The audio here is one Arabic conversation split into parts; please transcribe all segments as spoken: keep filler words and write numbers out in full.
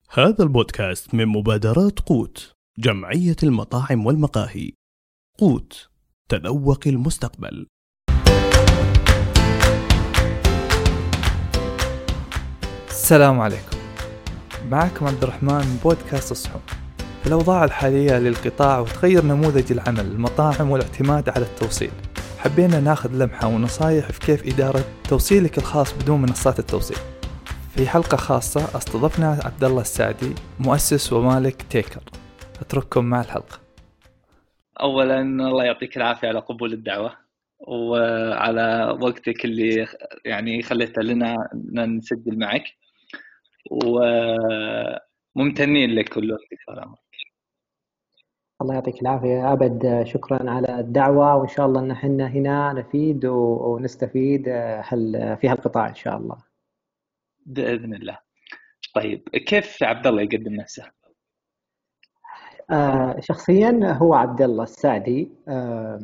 هذا البودكاست من مبادرات قوت، جمعية المطاعم والمقاهي. قوت، تذوق المستقبل. السلام عليكم، معكم عبد الرحمن بودكاست الصحون. في الأوضاع الحالية للقطاع وتغير نموذج العمل المطاعم والاعتماد على التوصيل، حبينا ناخذ لمحة ونصايح في كيف إدارة توصيلك الخاص بدون منصات التوصيل. في حلقة خاصة استضفنا عبد الله السعدي، مؤسس ومالك تيكر. أترككم مع الحلقة. أولاً الله يعطيك العافية على قبول الدعوة وعلى وقتك اللي يعني خليته لنا نسجل معك، وممتنين لك كله. الله يعطيك العافية أبد، شكرا على الدعوة، وإن شاء الله أن احنا هنا نفيد ونستفيد في هالقطاع إن شاء الله بإذن الله. طيب كيف عبد الله يقدم نفسه؟ آه شخصيا هو عبد الله السعدي. آه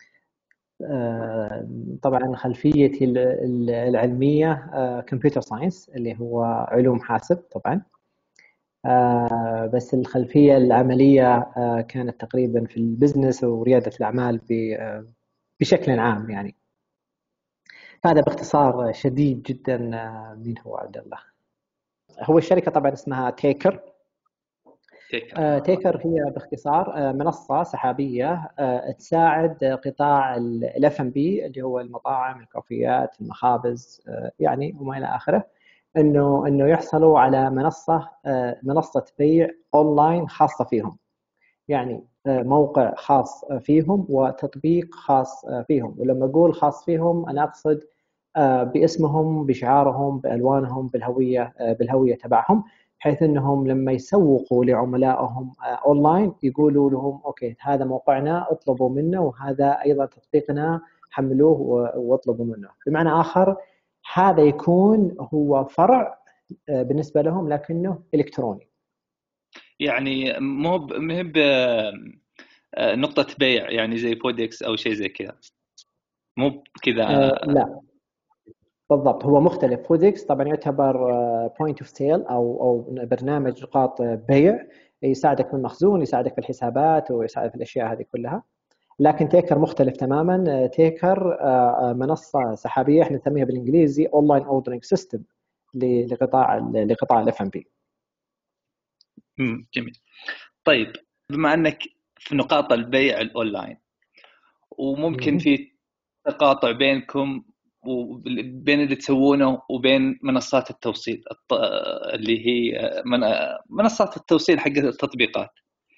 آه طبعا خلفيتي العلمية آه كمبيوتر ساينس اللي هو علوم حاسب طبعا. آه بس الخلفية العملية آه كانت تقريبا في البزنس وريادة الأعمال آه بشكل عام يعني. هذا باختصار شديد جدا آه مين هو عبد الله. هو الشركة طبعا اسمها تيكر. تيكر, آه تيكر هي باختصار آه منصة سحابية آه تساعد قطاع الاف ام بي اللي هو المطاعم، الكافيات، المخابز آه يعني وما إلى آخره، انه انه يحصلوا على منصه منصه بيع اونلاين خاصه فيهم، يعني موقع خاص فيهم وتطبيق خاص فيهم. ولما اقول خاص فيهم انا اقصد باسمهم، بشعارهم، بالوانهم، بالهويه بالهويه تبعهم، بحيث انهم لما يسوقوا لعملائهم اونلاين يقولوا لهم اوكي هذا موقعنا اطلبوا منه، وهذا ايضا تطبيقنا حملوه واطلبوا منه. بمعنى اخر هذا يكون هو فرع بالنسبة لهم لكنه إلكتروني، يعني مو مهب نقطة بيع يعني زي بودكس أو شيء زي كذا، مو كذا. آه لا بالضبط، هو مختلف. فودكس طبعا يعتبر بوينت اوف سيل أو أو برنامج نقاط بيع، يساعدك في المخزون، يساعدك في الحسابات، ويساعدك في الأشياء هذه كلها. لكن تيكر مختلف تماما. تيكر منصة سحابية احنا نسميها بالإنجليزي أونلاين أوردرينج سيستم لقطاع لقطاع الاف ام بي. امم جميل. طيب بما انك في نقاط البيع الاونلاين وممكن في تقاطع بينكم وبين اللي تسوونه وبين منصات التوصيل اللي هي منصات التوصيل حق التطبيقات،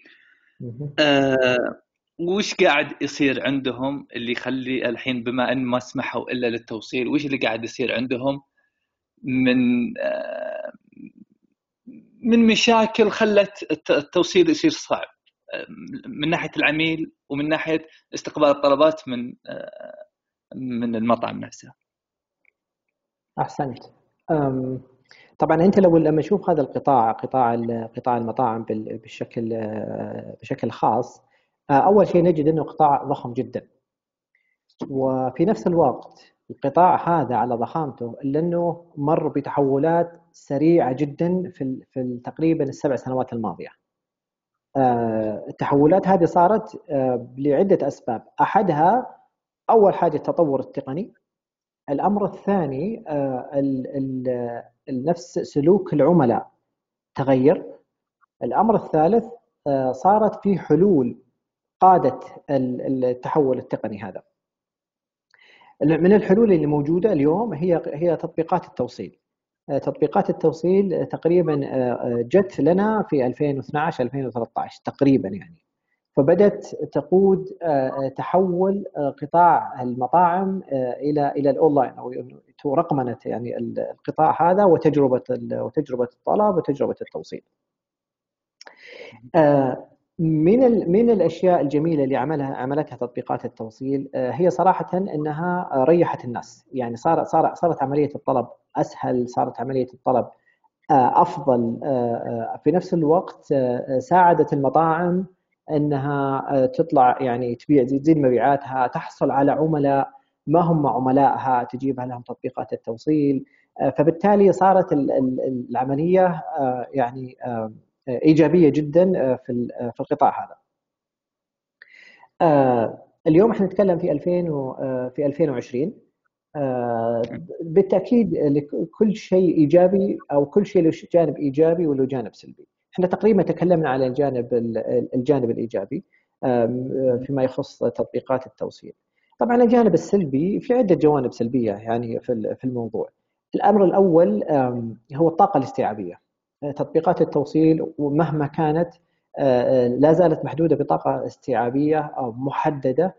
أه وش قاعد يصير عندهم اللي يخلي الحين بما ان ما سمحوا الا للتوصيل، وش اللي قاعد يصير عندهم من أه من مشاكل خلت التوصيل يصير صعب من ناحية العميل ومن ناحية استقبال الطلبات من من المطعم نفسه؟ أحسنت. طبعا أنت لو لما نشوف هذا القطاع، قطاع قطاع المطاعم بالشكل بشكل خاص، أول شيء نجد أنه قطاع ضخم جدا، وفي نفس الوقت القطاع هذا على ضخامته لأنه مر بتحولات سريعة جدا في في تقريبا السبع سنوات الماضية. التحولات هذه صارت لعدة أسباب. أحدها أول حاجة التطور التقني. الأمر الثاني نفس سلوك العملاء تغير. الأمر الثالث صارت في حلول قادت التحول التقني هذا. من الحلول اللي موجودة اليوم هي هي تطبيقات التوصيل. تطبيقات التوصيل تقريبا جت لنا في ألفين واثناشر ألفين وثلاثة عشر تقريبا يعني، فبدت تقود تحول قطاع المطاعم الى الى الاونلاين او رقمنه يعني القطاع هذا وتجربه وتجربه الطلب وتجربه التوصيل. من من الاشياء الجميله اللي عملها عملتها تطبيقات التوصيل هي صراحه انها ريحت الناس، يعني صار صار صارت عمليه الطلب اسهل، صارت عمليه الطلب افضل. في نفس الوقت ساعدت المطاعم انها تطلع يعني تبيع، تزيد مبيعاتها، تحصل على عملاء ما هم عملائها، تجيبها لهم تطبيقات التوصيل. فبالتالي صارت العملية يعني إيجابية جدا في في القطاع هذا. اليوم احنا نتكلم في ألفين في ألفين وعشرين. بالتأكيد كل شيء إيجابي أو كل شيء له جانب إيجابي وله جانب سلبي. احنا تقريبا تكلمنا على الجانب الجانب الإيجابي فيما يخص تطبيقات التوصيل. طبعا الجانب السلبي في عدة جوانب سلبية يعني في في الموضوع. الأمر الأول هو الطاقة الاستيعابية. تطبيقات التوصيل ومهما كانت لا زالت محدودة بطاقة استيعابية محددة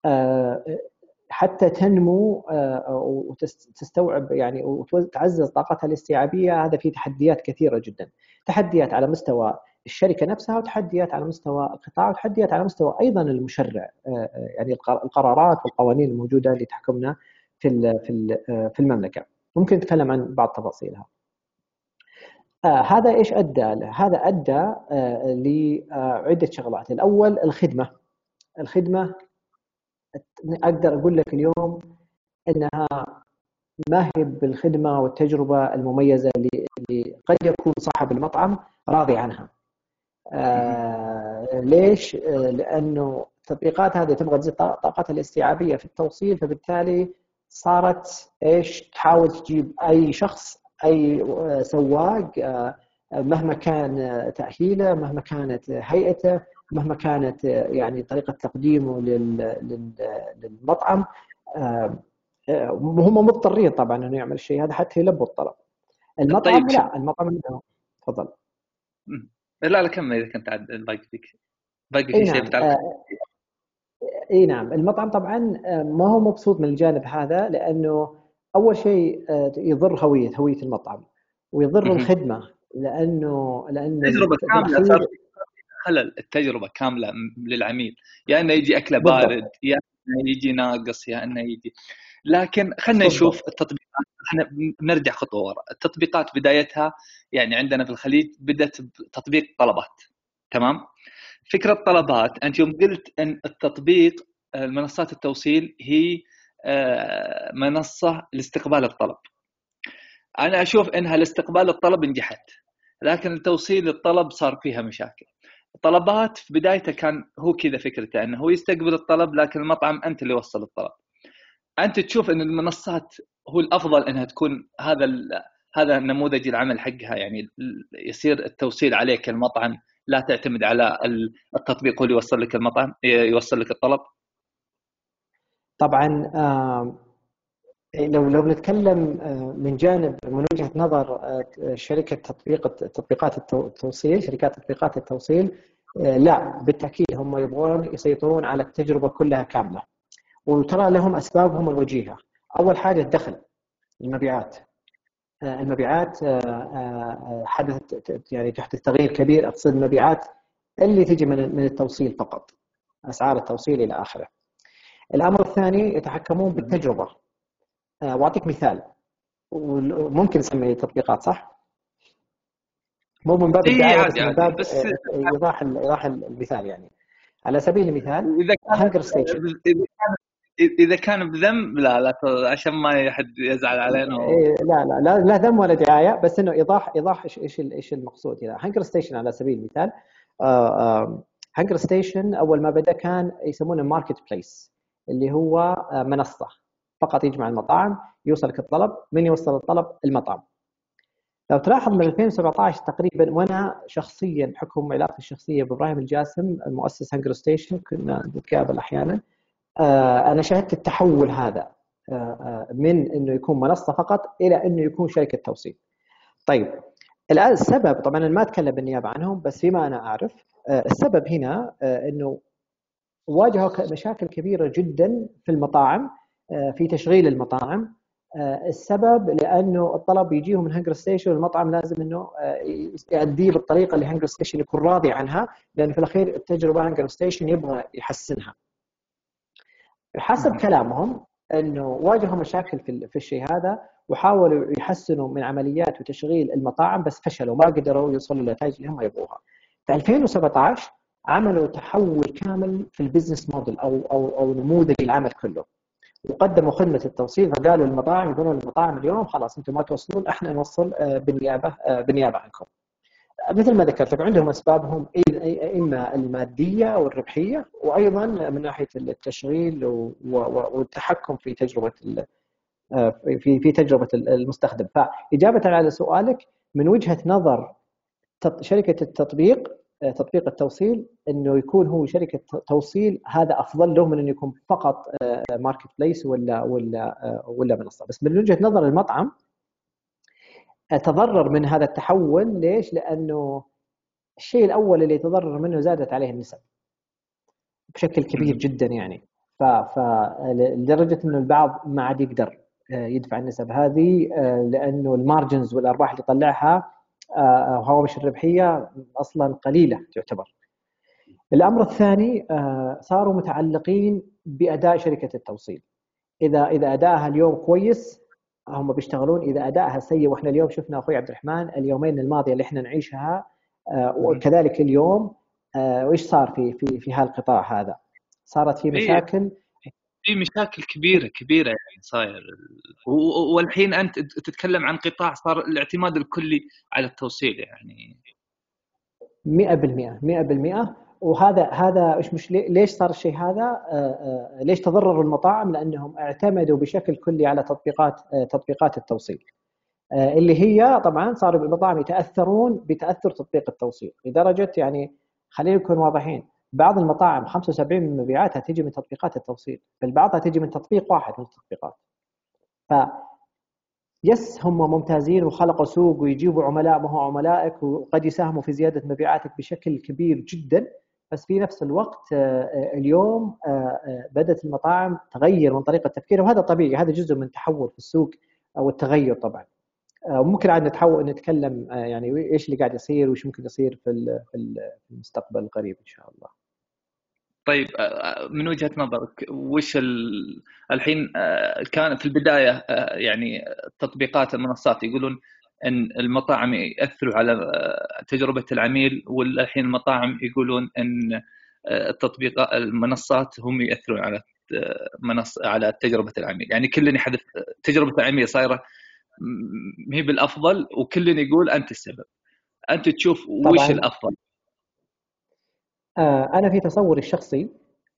حتى تنمو وتستوعب يعني وتعزز طاقتها الاستيعابية. هذا فيه تحديات كثيرة جدا، تحديات على مستوى الشركة نفسها وتحديات على مستوى القطاع وتحديات على مستوى أيضا المشرع، يعني القرارات والقوانين الموجودة اللي تحكمنا في في المملكة. ممكن نتكلم عن بعض تفاصيلها. آه هذا إيش أدى له؟ هذا أدى آه لعدة شغلات. الأول الخدمة. الخدمة أقدر أقول لك اليوم أنها ما هي بالخدمة والتجربة المميزة اللي, اللي قد يكون صاحب المطعم راضي عنها. آه ليش؟ آه لأنه التطبيقات هذه تبغى تزيد طاقتها الاستيعابية في التوصيل، فبالتالي صارت إيش؟ تحاول تجيب أي شخص، أي سواق، مهما كان تأهيله، مهما كانت هيئته، مهما كانت يعني طريقة تقديمه للمطعم، هم مضطرين طبعا أنه يعمل الشيء هذا حتى يلبوا الطلب. المطعم طيب. لا المطعم تفضل. لا لا كمل إذا كنت عاد باقي فيك باقي في شيء بتعرف. اي نعم. المطعم طبعا ما هو مبسوط من الجانب هذا، لأنه أول شيء يضر هوية هوية المطعم ويضر الخدمة، لأنه لأنه التجربة كاملة صار خلل. التجربة كاملة للعميل، يا يعني أنه يجي أكله بارد، يا يعني أنه يجي ناقص، يا يعني أنه يجي. لكن خلنا نشوف التطبيقات. احنا نرجع خطوة وراء. التطبيقات بدايتها يعني عندنا في الخليج بدأت بتطبيق طلبات، تمام؟ فكرة طلبات، أنت يوم قلت أن التطبيق منصات التوصيل هي منصة لاستقبال الطلب. أنا أشوف أنها لاستقبال الطلب نجحت، لكن التوصيل الطلب صار فيها مشاكل. الطلبات في بدايته كان هو كذا فكرته أنه هو يستقبل الطلب، لكن المطعم أنت اللي وصل الطلب. أنت تشوف أن المنصات هو الأفضل أنها تكون هذا هذا نموذج العمل حقها، يعني يصير التوصيل عليك المطعم، لا تعتمد على التطبيق هو اللي يوصل لك المطعم يوصل لك الطلب. طبعا آه لو لو نتكلم من جانب من وجهة نظر شركة تطبيق تطبيقات التوصيل، شركات تطبيقات التوصيل، لا بالتأكيد هم يبغون يسيطرون على التجربة كلها كاملة، وترى لهم أسبابهم الوجيهة. أول حاجة الدخل، المبيعات. المبيعات حدثت يعني تحدث تغيير كبير. أقصد المبيعات اللي تجي من من التوصيل فقط، أسعار التوصيل إلى آخره. الأمر الثاني يتحكمون بالتجربة. واعطيك مثال، وممكن نسميه تطبيقات صح؟ مو من باب الدعاية بس من باب بس ايضاح ايضاح المثال. يعني على سبيل المثال اذا كان هانجر ستيشن، اذا كان بذنب لا لا عشان ما حد يزعل علينا و... لا لا لا لا ذم ولا دعاية، بس انه ايضاح ايضاح ايش ايش ايش المقصود هنا. هانجر ستيشن على سبيل المثال، هانجر ستيشن اول ما بدا كان يسمونه ماركت بليس، اللي هو منصة فقط يجمع المطاعم، يوصلك الطلب. من يوصل الطلب؟ المطعم. لو تلاحظ من ألفين وسبعة عشر تقريبا، وانا شخصيا بحكم علاقتي الشخصيه بابراهيم الجاسم المؤسس هانجر ستيشن كنا نتقابل احيانا، انا شاهدت التحول هذا من انه يكون منصه فقط الى انه يكون شركه توصيل. طيب الان السبب طبعا انا ما اتكلم بالنيابه عنهم، بس فيما انا اعرف السبب هنا انه واجهوا مشاكل كبيره جدا في المطاعم، في تشغيل المطاعم. السبب لانه الطلب يجيهم من هانجر ستيشن، والمطعم لازم انه يؤديه بالطريقه اللي هانجر ستيشن يكون راضي عنها، لان في الاخير التجربه هانجر ستيشن يبغى يحسنها. حسب كلامهم انه واجهوا مشاكل في في الشيء هذا، وحاولوا يحسنوا من عمليات وتشغيل المطاعم، بس فشلوا، ما قدروا يوصلوا للنتائج اللي هم يبغوها. في ألفين وسبعة عشر عملوا تحول كامل في البزنس موديل او او او نموذج العمل كله، وقدموا خدمه التوصيل، فقالوا المطاعم يقولون المطاعم اليوم خلاص انتم ما توصلون، احنا نوصل بالنيابه بالنيابه عنكم. مثل ما ذكرت لك عندهم اسبابهم اما الماديه والربحيه، وايضا من ناحيه التشغيل والتحكم في تجربه في في تجربه المستخدم. فاجابه على سؤالك، من وجهه نظر شركه التطبيق تطبيق التوصيل، انه يكون هو شركه توصيل هذا افضل له من انه يكون فقط ماركت بليس ولا ولا ولا منصه. بس من وجهه نظر المطعم تضرر من هذا التحول. ليش؟ لانه الشيء الاول اللي يتضرر منه زادت عليه النسب بشكل كبير جدا يعني، فلدرجه انه البعض ما عاد يقدر يدفع النسب هذه، لانه المارجنز والارباح اللي طلعها وهوامش الربحيه اصلا قليله تعتبر. الامر الثاني صاروا متعلقين باداء شركه التوصيل. اذا اذا ادائها اليوم كويس هم بيشتغلون، اذا ادائها سيء، واحنا اليوم شفنا اخوي عبد الرحمن اليومين الماضيه اللي احنا نعيشها وكذلك اليوم، وايش صار في في في هالقطاع هذا؟ صارت في مشاكل في مشاكل كبيره كبيره يعني صاير. والحين انت تتكلم عن قطاع صار الاعتماد الكلي على التوصيل يعني مئة بالمئة مئة بالمئة. وهذا هذا ايش مش ليش صار الشيء هذا؟ ليش تضرر المطاعم؟ لانهم اعتمدوا بشكل كلي على تطبيقات تطبيقات التوصيل، اللي هي طبعا صاروا المطاعم يتاثرون بتاثر تطبيق التوصيل لدرجه يعني خلينا نكون واضحين، بعض المطاعم خمسة وسبعين من مبيعاتها تيجي من تطبيقات التوصيل، بل بعضها تيجي من تطبيق واحد من التطبيقات. ف يس هم ممتازين وخلقوا سوق ويجيبوا عملاء ما هو عملائك، وقد يساهموا في زياده مبيعاتك بشكل كبير جدا، بس في نفس الوقت اليوم بدأت المطاعم تغير من طريقه تفكيرها، وهذا طبيعي، هذا جزء من تحول في السوق او التغير طبعا. وممكن عاد نتحول نتكلم يعني ايش اللي قاعد يصير وايش ممكن يصير في في المستقبل القريب ان شاء الله. طيب من وجهة نظرك وش الحين كان في البداية يعني تطبيقات المنصات يقولون ان المطاعم يأثروا على تجربة العميل، والحين المطاعم يقولون ان التطبيق المنصات هم يأثرون على منص على تجربة العميل، يعني كل يحدث تجربة العميل صايرة هي بالأفضل وكل يقول أنت السبب. أنت تشوف وش الأفضل؟ أنا في تصوري الشخصي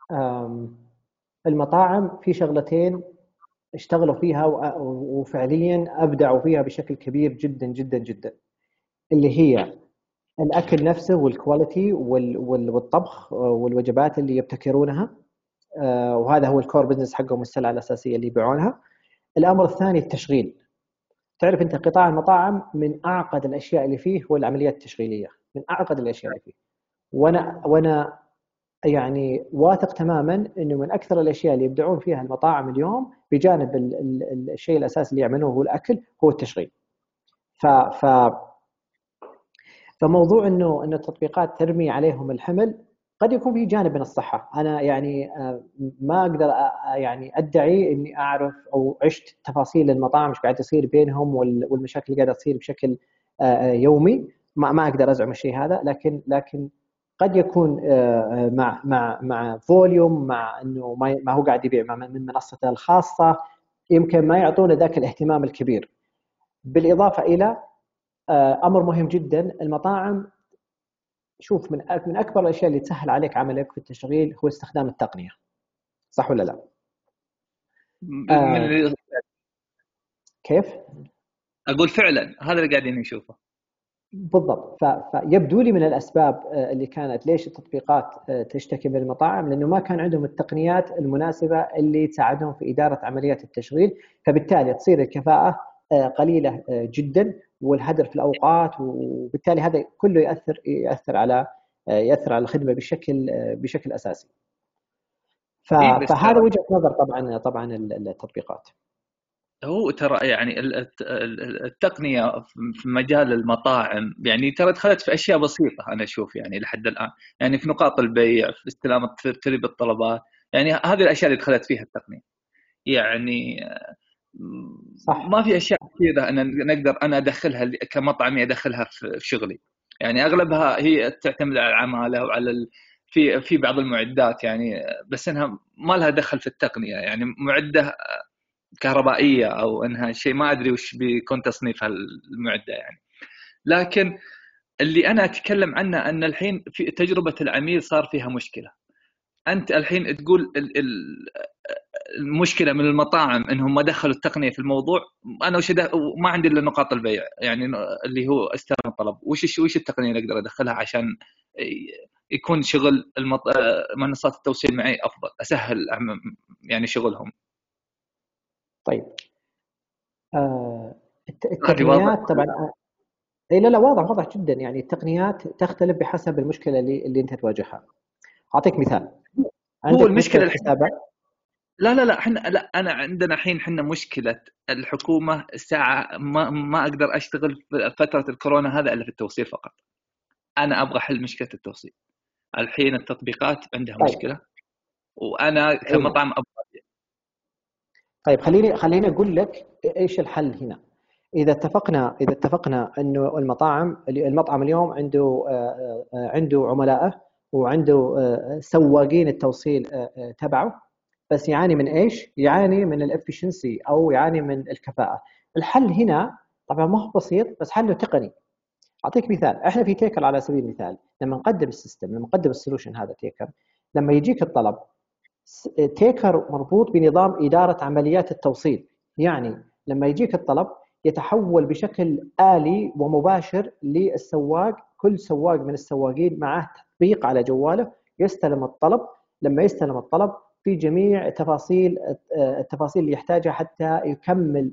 المطاعم في شغلتين اشتغلوا فيها وفعليا أبدعوا فيها بشكل كبير جدا جدا جدا، اللي هي الأكل نفسه والكواليتي والطبخ والوجبات اللي يبتكرونها، وهذا هو الكور بزنس حقهم، السلعة الأساسية اللي يبيعونها. الأمر الثاني التشغيل. تعرف أنت قطاع المطاعم من أعقد الأشياء اللي فيه هو العمليات التشغيلية، من أعقد الأشياء اللي فيه. وأنا وأنا يعني واثق تماما إنه من أكثر الأشياء اللي يبدعون فيها المطاعم اليوم بجانب ال ال الشيء الأساسي اللي يعملوه هو الأكل هو التشغيل. ف ف فموضوع إنه إنه التطبيقات ترمي عليهم الحمل قد يكون في جانب من الصحة. أنا يعني ما أقدر يعني أدعي إني أعرف أو عشت تفاصيل المطاعم إيش قاعد يصير بينهم والمشاكل اللي قاعدة تصير بشكل يومي، ما ما أقدر أزعم الشيء هذا، لكن لكن قد يكون مع مع مع فوليوم، مع إنه ما هو قاعد يبيع من منصته الخاصة، يمكن ما يعطونه ذاك الاهتمام الكبير. بالإضافة إلى أمر مهم جدا، المطاعم شوف من من أكبر الأشياء اللي تسهل عليك عملك في التشغيل هو استخدام التقنية، صح ولا لا؟ آه كيف؟ أقول فعلا هذا اللي قاعدين نشوفه بالضبط. فيبدو لي من الأسباب اللي كانت ليش التطبيقات تشتكي من المطاعم، لأنه ما كان عندهم التقنيات المناسبة اللي تساعدهم في إدارة عمليات التشغيل، فبالتالي تصير الكفاءة قليلة جدا والهدر في الأوقات، وبالتالي هذا كله يأثر يأثر على يأثر على الخدمة بشكل بشكل أساسي. فهذا وجهة نظر طبعا طبعا التطبيقات. هو ترى يعني التقنية في مجال المطاعم يعني ترى دخلت في أشياء بسيطة أنا أشوف يعني لحد الآن، يعني في نقاط البيع، في استلام ترتيب الطلبات، يعني هذه الأشياء اللي دخلت فيها التقنية. يعني صح. ما في أشياء كثيرة أنا نقدر أنا أدخلها كمطعمي أدخلها في شغلي، يعني أغلبها هي تعتمد على العمالة وعلى في في بعض المعدات يعني، بس انها ما لها دخل في التقنيه، يعني معده كهربائيه او انها شيء ما ادري وش بيكون تصنيف هالمعده يعني. لكن اللي انا اتكلم عنه ان الحين في تجربه العميل صار فيها مشكله. انت الحين تقول المشكله من المطاعم انهم ما دخلوا التقنيه في الموضوع. انا وش ما عندي الا نقاط البيع يعني اللي هو استلم الطلب. وش وش التقنيه اللي اقدر ادخلها عشان يكون شغل المط... منصات التوصيل معي افضل، اسهل يعني شغلهم. طيب آه التقنيات طبعا اي لا لا واضح واضح جدا. يعني التقنيات تختلف بحسب المشكله اللي اللي انت تواجهها. اعطيك مثال. هو المشكله الحسابات. لا لا لا احنا لا انا عندنا الحين احنا مشكله الحكومه الساعه ما ما اقدر اشتغل في فتره الكورونا هذا الا في التوصيل فقط. انا ابغى حل مشكله التوصيل. الحين التطبيقات عندها طيب. مشكله وانا كمطعم ابغى. طيب خليني خليني اقول لك ايش الحل هنا. اذا اتفقنا اذا اتفقنا انه المطاعم المطعم اليوم عنده عنده عملائه وعنده سواقين التوصيل تبعه، بس يعاني من ايش؟ يعاني من الافشنسي او يعاني من الكفاءه. الحل هنا طبعا ما هو بسيط، بس حله تقني. اعطيك مثال. احنا في تيكر على سبيل المثال لما نقدم السيستم، لما نقدم السولوشن هذا تيكر، لما يجيك الطلب تيكر مربوط بنظام اداره عمليات التوصيل. يعني لما يجيك الطلب يتحول بشكل آلي ومباشر للسواق. كل سواق من السواقين معه تطبيق على جواله يستلم الطلب. لما يستلم الطلب في جميع تفاصيل التفاصيل اللي يحتاجها حتى يكمل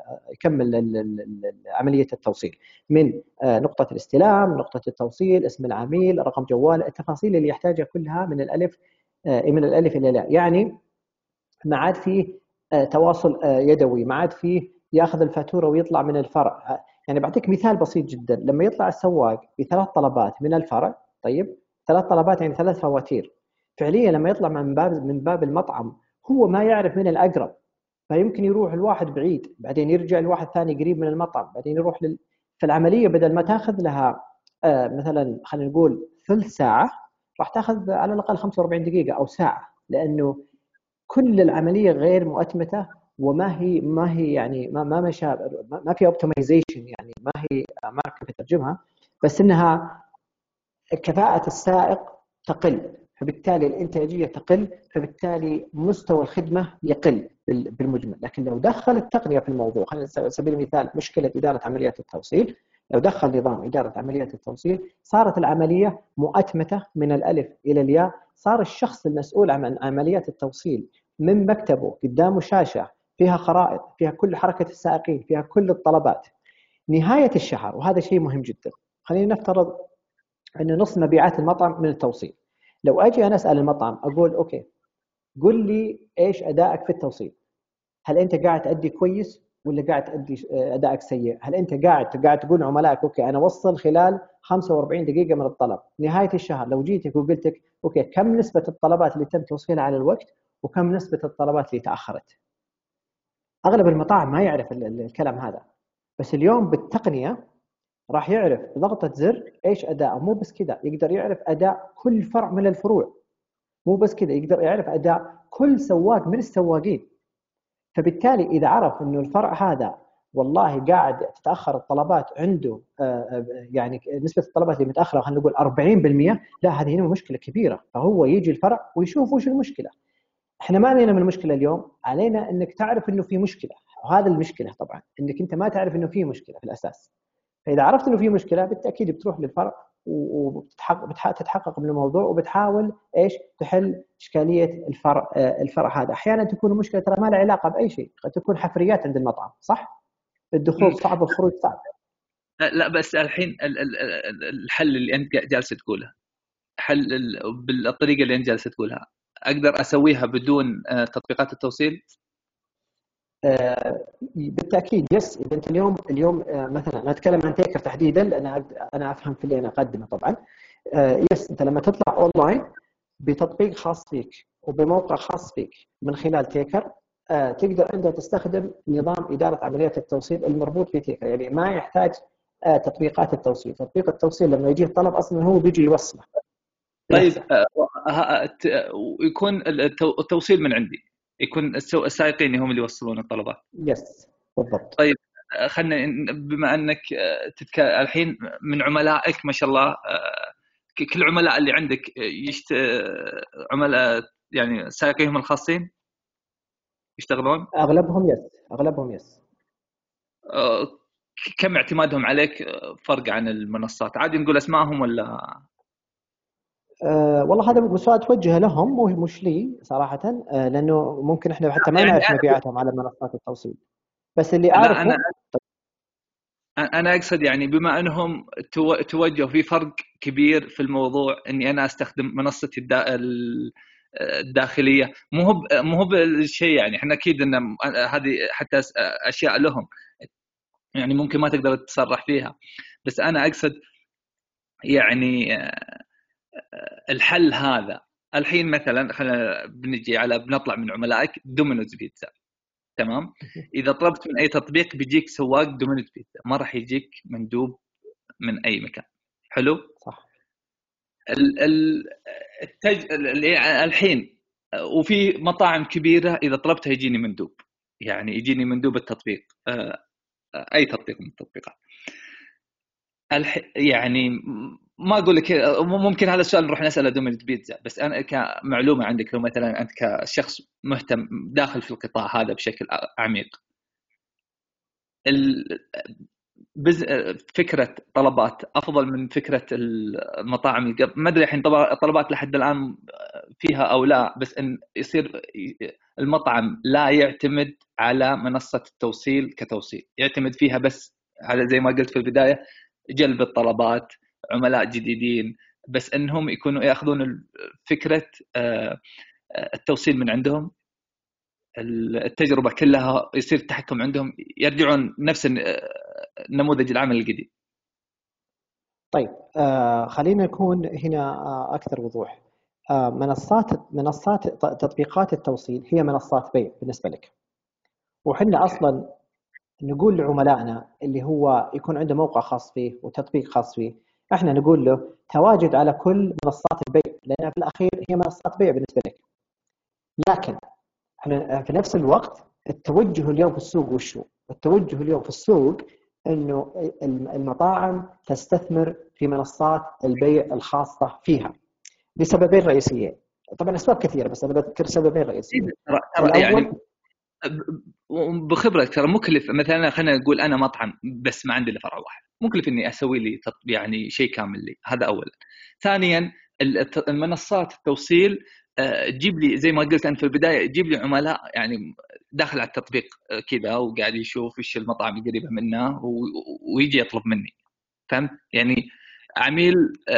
يكمل عملية التوصيل، من نقطة الاستلام، نقطة التوصيل، اسم العميل، رقم جوال، التفاصيل اللي يحتاجها كلها من الألف من الألف إلى الياء. يعني ما عاد فيه تواصل يدوي، ما عاد فيه ياخذ الفاتوره ويطلع من الفرع. يعني بعطيك مثال بسيط جدا. لما يطلع السواق بثلاث طلبات من الفرع، طيب ثلاث طلبات يعني ثلاث فواتير، فعليا لما يطلع من باب من باب المطعم هو ما يعرف من الاقرب، فيمكن يروح الواحد بعيد، بعدين يرجع الواحد ثاني قريب من المطعم، بعدين يروح لل... فالعمليه بدل ما تاخذ لها آه مثلا خلينا نقول ثلث ساعه، راح تاخذ على الاقل خمسة وأربعين دقيقه او ساعه، لانه كل العمليه غير مؤتمته وما هي ما هي يعني ما ما مشى ما في اوبتمايزيشن، يعني ما هي ما اعرف كيف اترجمها، بس انها كفاءه السائق تقل، فبالتالي الانتاجيه تقل، فبالتالي مستوى الخدمه يقل بالمجمل. لكن لو دخل التقنيه في الموضوع، خلينا على سبيل المثال مشكله اداره عمليات التوصيل، لو دخل نظام اداره عمليات التوصيل صارت العمليه مؤتمته من الالف الى الياء. صار الشخص المسؤول عن عمليات التوصيل من مكتبه قدامه شاشه فيها خرائط، فيها كل حركه السائقين، فيها كل الطلبات. نهايه الشهر، وهذا شيء مهم جدا، خلينا نفترض أن نص مبيعات المطعم من التوصيل. لو أجي أنا أسأل المطعم أقول أوكي قل لي إيش أدائك في التوصيل؟ هل أنت قاعد تأدي كويس ولا قاعد تأدي أدائك سيء؟ هل أنت قاعد قاعد تقول لعملائك أوكي أنا وصل خلال خمسة وأربعين دقيقة من الطلب؟ نهاية الشهر لو جيتك وقلتك أوكي كم نسبة الطلبات اللي تم توصيلها على الوقت وكم نسبة الطلبات اللي تأخرت؟ أغلب المطاعم ما يعرف الكلام هذا، بس اليوم بالتقنية راح يعرف بضغطة زر ايش اداءه. مو بس كذا، يقدر يعرف اداء كل فرع من الفروع. مو بس كذا، يقدر يعرف اداء كل سواق من السواقين. فبالتالي اذا عرف انه الفرع هذا والله قاعد تتاخر الطلبات عنده يعني نسبه الطلبات اللي متاخره خلينا نقول أربعين بالمئة، لا هذه هنا مشكله كبيره. فهو يجي الفرع ويشوف وش المشكله. احنا ما علينا من المشكله اليوم، علينا انك تعرف انه في مشكله، وهذا المشكله طبعا انك انت ما تعرف انه في مشكله في الاساس. فإذا عرفت إنه في مشكلة بالتأكيد بتروح للفرع وبتتحقق من الموضوع وبتحاول إيش تحل إشكالية الفرع. الفرع هذا أحيانا تكون المشكلة ترى ما لها علاقة بأي شيء، قد تكون حفريات عند المطعم، صح؟ الدخول صعب والخروج صعب. لا بس الحين الحل اللي أنت جالس تقوله، حل بالطريقة اللي أنت جالس تقولها، أقدر أسويها بدون تطبيقات التوصيل؟ آه بالتاكيد يس. اذا انت اليوم اليوم آه مثلا انا اتكلم عن تيكر تحديدا لان انا افهم في اللي انا اقدمه طبعا. آه يس انت لما تطلع اونلاين بتطبيق خاص فيك وبموقع خاص فيك من خلال تيكر، آه تقدر انت تستخدم نظام اداره عمليات التوصيل المربوط في تيكر. يعني ما يحتاج آه تطبيقات التوصيل. تطبيق التوصيل لما يجي الطلب اصلا هو بيجي يوصله. طيب نفسه. آه، ه- ت- ويكون التو- التوصيل من عندي، يكون السو- السائقين هم اللي يوصلون الطلبات. يس بالضبط. طيب آه، خلنا ن- بما انك آه، تتك... الحين من عملائك ما شاء الله، آه، ك- كل العملاء اللي عندك آه، يشت... آه، عملاء يعني سائقيهم الخاصين يشتغلون. اغلبهم يس اغلبهم يس آه، ك- كم اعتمادهم عليك آه، فرق عن المنصات؟ عادي نقول اسمائهم ولا؟ أه والله هذا سؤال توجه لهم، مو مش لي صراحه. أه لانه ممكن احنا حتى ما يعني نعرف انا مبيعاتهم على منصات التوصيل، بس اللي لا انا اعرفه. انا اقصد يعني بما انهم تو- توجهوا في فرق كبير في الموضوع اني انا استخدم منصتي الدا... ال- الداخليه، مو هو ب- مو هو بالشيء يعني احنا اكيد ان هذه حتى أس- اشياء لهم يعني ممكن ما تقدر تتصرح فيها، بس انا اقصد يعني آه، الحل هذا. الحين مثلا خلينا بنجي على بنطلع من عملائك دومينوز بيتزا، تمام؟ اذا طلبت من اي تطبيق بيجيك سواق دومينوز بيتزا، ما راح يجيك مندوب من اي مكان. حلو. صح. ال- ال- التج... ال- الحين وفي مطاعم كبيره اذا طلبتها يجيني مندوب، يعني يجيني مندوب التطبيق، آه، اي تطبيق من التطبيقات. الح... يعني ما اقول لك ممكن هذا السؤال نروح نساله دومينيك بيتزا، بس انا كمعلومه عندك، لو مثلا انت كشخص مهتم داخل في القطاع هذا بشكل عميق، ال... بز... فكره طلبات افضل من فكره المطاعم القبل. ما ادري الحين طبعا طلبات لحد الان فيها او لا، بس ان يصير المطعم لا يعتمد على منصه التوصيل كتوصيل، يعتمد فيها بس على زي ما قلت في البدايه جلب الطلبات، عملاء جديدين، بس انهم يكونوا ياخذون فكره التوصيل من عندهم، التجربه كلها يصير التحكم عندهم، يرجعون نفس نموذج العمل القديم. طيب آه خلينا نكون هنا آه اكثر وضوح. آه منصات منصات تطبيقات التوصيل هي منصات بيع بالنسبه لك، وحنا اصلا نقول لعملائنا اللي هو يكون عنده موقع خاص فيه وتطبيق خاص فيه، احنا نقول له تواجد على كل منصات البيع، لانها في الاخير هي منصات بيع بالنسبه لك. لكن احنا في نفس الوقت التوجه اليوم في السوق وشو؟ التوجه اليوم في السوق انه المطاعم تستثمر في منصات البيع الخاصه فيها لسببين رئيسيين. طبعا اسباب كثيره بس انا بذكر سببين رئيسيين. ترى يعني بخبرك ترى مكلف، مثلا خلينا نقول انا مطعم بس ما عندي الا فرع واحد، مكلف اني اسوي لي يعني شيء كامل لي، هذا اولا. ثانيا المنصات التوصيل تجيب لي زي ما قلت انت في البدايه، تجيب لي عملاء يعني داخل على التطبيق كذا وقاعد يشوف ايش المطاعم القريبه منه ويجي يطلب مني، فهمت يعني؟ عميل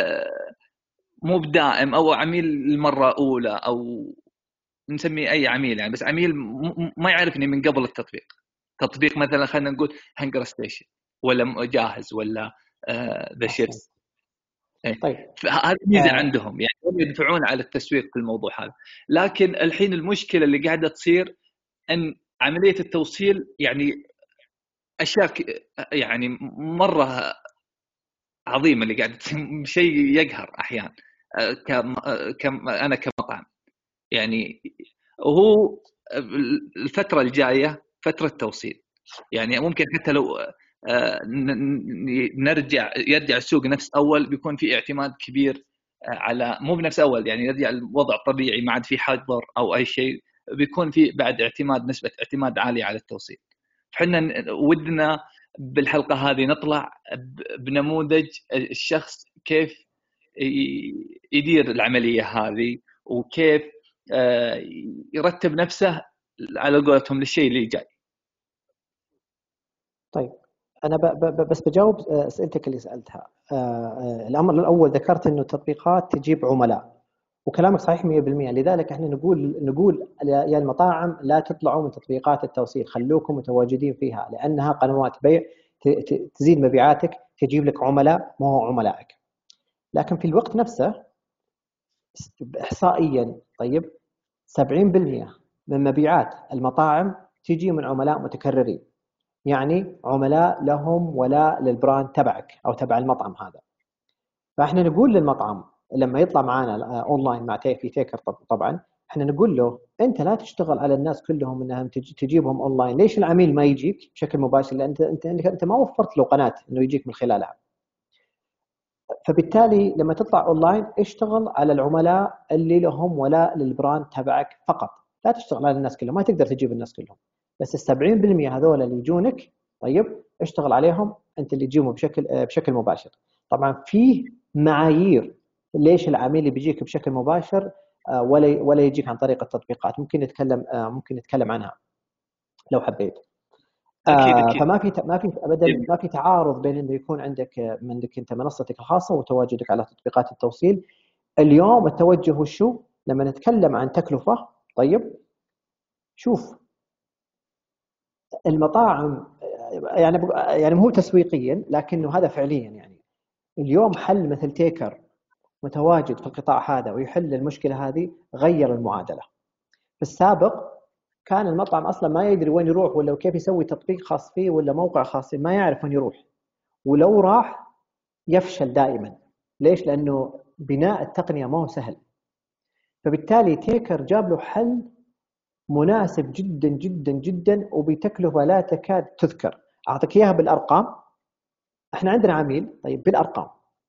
مو بدائم او عميل المره الاولى او نسميه اي عميل يعني، بس عميل ما يعرفني من قبل التطبيق. تطبيق مثلا خلينا نقول هنجر ستيشن ولا جاهز ولا ذا شيبس. طيب هذه ميزه آه. عندهم يعني هم يدفعون على التسويق في الموضوع هذا. لكن الحين المشكله اللي قاعده تصير ان عمليه التوصيل يعني اشياء يعني مره عظيمه اللي قاعده شيء يقهر احيانا كم كم انا كمطعم يعني. وهو الفترة الجاية فترة توصيل، يعني ممكن حتى لو نرجع يرجع السوق نفس أول، بيكون في اعتماد كبير على مو بنفس أول يعني يرجع الوضع الطبيعي ما عاد في حظر أو أي شيء، بيكون في بعد اعتماد نسبة اعتماد عالية على التوصيل. فحنا ودنا بالحلقة هذه نطلع بنموذج الشخص كيف يدير العملية هذه وكيف يرتب نفسه على قولتهم للشيء اللي جاي. طيب أنا ب ب بس بجاوب أسئلتك اللي سألتها. الأمر الأول ذكرت إنه التطبيقات تجيب عملاء، وكلامك صحيح مية بالمية. لذلك إحنا نقول نقول يا المطاعم لا تطلعوا من تطبيقات التوصيل، خلوكم متواجدين فيها، لأنها قنوات بيع تزيد مبيعاتك، تجيب لك عملاء ما هو عملائك. لكن في الوقت نفسه إحصائيا طيب سبعين بالمئة من مبيعات المطاعم تيجي من عملاء متكررين، يعني عملاء لهم ولاء للبراند تبعك أو تبع المطعم هذا. فإحنا نقول للمطعم لما يطلع معانا اونلاين مع في تيكر طبعا احنا نقول له انت لا تشتغل على الناس كلهم انهم تجيبهم اونلاين. ليش العميل ما يجيك بشكل مباشر؟ لان انت انت انت ما وفرت له قناه انه يجيك من خلالها. فبالتالي لما تطلع اونلاين اشتغل على العملاء اللي لهم ولاء للبراند تبعك فقط، لا تشتغل على الناس كلهم، ما تقدر تجيب الناس كلهم، بس السبعين بالمئة هذول اللي يجونك طيب اشتغل عليهم انت اللي تجيبهم بشكل بشكل مباشر. طبعا في معايير ليش العميل اللي بيجيك بشكل مباشر ولا ولا يجيك عن طريق التطبيقات، ممكن نتكلم ممكن نتكلم عنها لو حبيت. أكيد أكيد. فما في ما في ابدا ما في تعارض بين انه يكون عندك منك انت منصتك الخاصه وتواجدك على تطبيقات التوصيل. اليوم التوجه وشو لما نتكلم عن تكلفه؟ طيب شوف المطاعم يعني يعني مو تسويقيا لكنه هذا فعليا، يعني اليوم حل مثل تيكر متواجد في القطاع هذا ويحل المشكله هذه، غير المعادله. في السابق كان المطعم اصلا ما يدري وين يروح ولا كيف يسوي تطبيق خاص فيه ولا موقع خاص فيه، ما يعرف وين يروح، ولو راح يفشل دائما. ليش؟ لانه بناء التقنيه ما هو سهل. فبالتالي تيكر جاب له حل مناسب جدا جدا جدا وبتكلفه لا تكاد تذكر. اعطيك اياها بالارقام. احنا عندنا عميل طيب بالارقام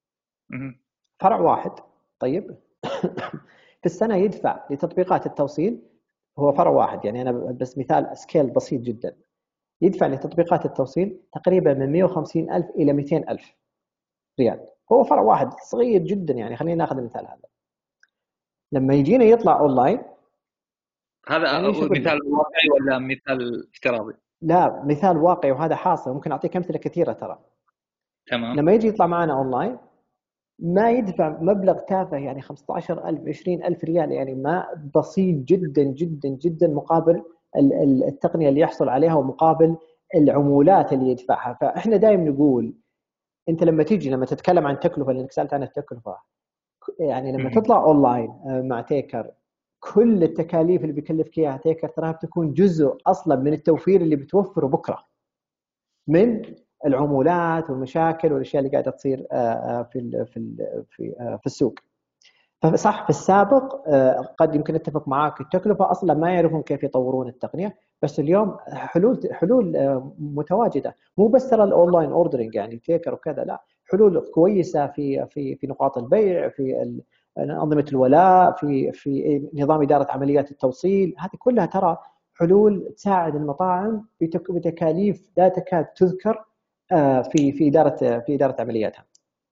فرع واحد طيب في السنه يدفع لتطبيقات التوصيل، هو فرع واحد يعني انا بس مثال سكيل بسيط جدا، يدفع لتطبيقات التوصيل تقريبا من مئة وخمسين ألف إلى مئتين ألف ريال. هو فرع واحد صغير جدا يعني، خلينا ناخذ المثال هذا. لما يجينا يطلع أونلاين هذا يعني مثال واقعي ولا مثال افتراضي؟ لا مثال واقعي وهذا حاصل، ممكن أعطيك أمثلة كثيرة ترى. تمام. لما يجي يطلع معنا أونلاين ما يدفع مبلغ تافه يعني خمسة عشر ألف عشرين ألف ريال، يعني ما بسيط جدا جدا جدا مقابل التقنية اللي يحصل عليها ومقابل العمولات اللي يدفعها. فإحنا دائما نقول أنت لما تيجي لما تتكلم عن تكلفة اللي سألت عن التكلفة، يعني لما تطلع أونلاين مع تيكر كل التكاليف اللي بيكلفك إياها تيكر تراها بتكون جزء أصلا من التوفير اللي بتوفره بكرة من العمولات والمشاكل والاشياء اللي قاعده تصير في في في في السوق. فصح في السابق قد يمكن اتفق معاك التكلفه اصلا ما يعرفون كيف يطورون التقنيه، بس اليوم حلول حلول متواجده، مو بس ترى الاونلاين اوردرنج يعني تيكر وكذا، لا حلول كويسه في في في نقاط البيع، في انظمه الولاء، في في نظام اداره عمليات التوصيل. هذه كلها ترى حلول تساعد المطاعم بتكاليف لا تكاد تذكر في في اداره في اداره عملياتها.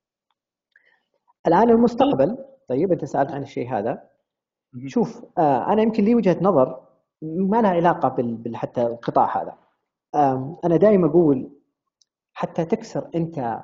الان المستقبل، طيب انت سالت عن الشيء هذا. شوف انا يمكن لي وجهه نظر ما لها علاقه بال حتى القطاع هذا. انا دائما اقول حتى تكسر انت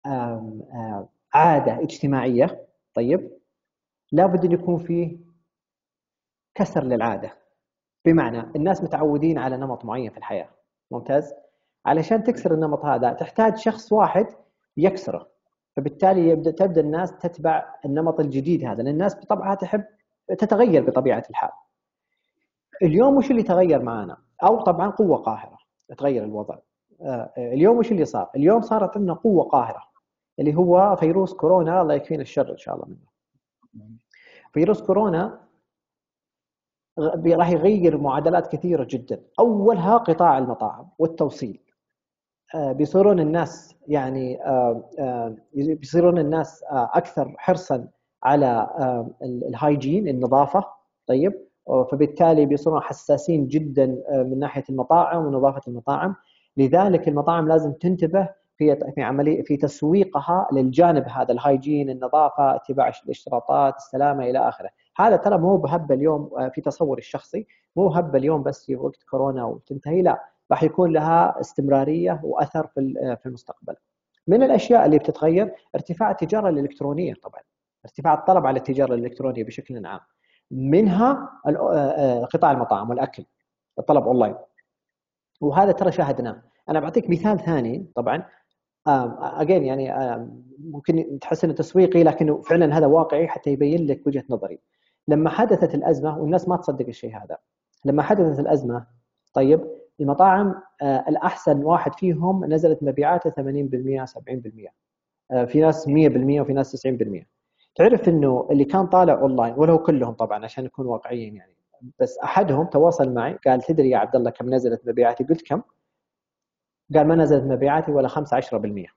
عاده اجتماعيه طيب لابد ان يكون فيه كسر للعاده، بمعنى الناس متعودين على نمط معين في الحياه ممتاز، علشان تكسر النمط هذا تحتاج شخص واحد يكسره. فبالتالي يبدا تبدا الناس تتبع النمط الجديد هذا، لان الناس بطبعها تحب تتغير بطبيعه الحال. اليوم وش اللي تغير معنا؟ او طبعا قوه قاهره تغير الوضع. اليوم وش اللي صار؟ اليوم صارت عندنا قوه قاهره اللي هو فيروس كورونا، الله يكفينا الشر ان شاء الله منه. فيروس كورونا راح يغير معادلات كثيره جدا، اولها قطاع المطاعم والتوصيل. بيصيرون الناس يعني بيصيرون الناس اكثر حرصا على الهايجين النظافه طيب، فبالتالي بيصيرون حساسين جدا من ناحيه المطاعم ونظافه المطاعم. لذلك المطاعم لازم تنتبه في في عمليه في تسويقها للجانب هذا الهايجين النظافه، اتباع الاشتراطات، السلامه الى اخره. هذا ترى مو بهبه اليوم في تصوري الشخصي، مو هبه اليوم بس في وقت كورونا وتنتهي، لا راح يكون لها استمراريه واثر في في المستقبل. من الاشياء اللي بتتغير ارتفاع التجاره الالكترونيه، طبعا ارتفاع الطلب على التجاره الالكترونيه بشكل عام، منها قطاع المطاعم والاكل، الطلب اونلاين، وهذا ترى شاهدناه. انا بعطيك مثال ثاني طبعا اجين يعني ممكن تحس انه تسويقي لكنه فعلا هذا واقعي حتى يبين لك وجهه نظري. لما حدثت الازمه والناس ما تصدق الشيء هذا، لما حدثت الازمه طيب المطاعم الاحسن واحد فيهم نزلت مبيعاته ثمانين بالمئة سبعين بالمئة، في ناس مئة بالمئة وفي ناس تسعين بالمئة. تعرف انه اللي كان طالع اونلاين وله كلهم طبعا عشان نكون واقعيين يعني، بس احدهم تواصل معي قال تدري يا عبد الله كم نزلت مبيعاتي؟ قلت كم؟ قال ما نزلت مبيعاتي ولا خمسة عشرة بالمئة.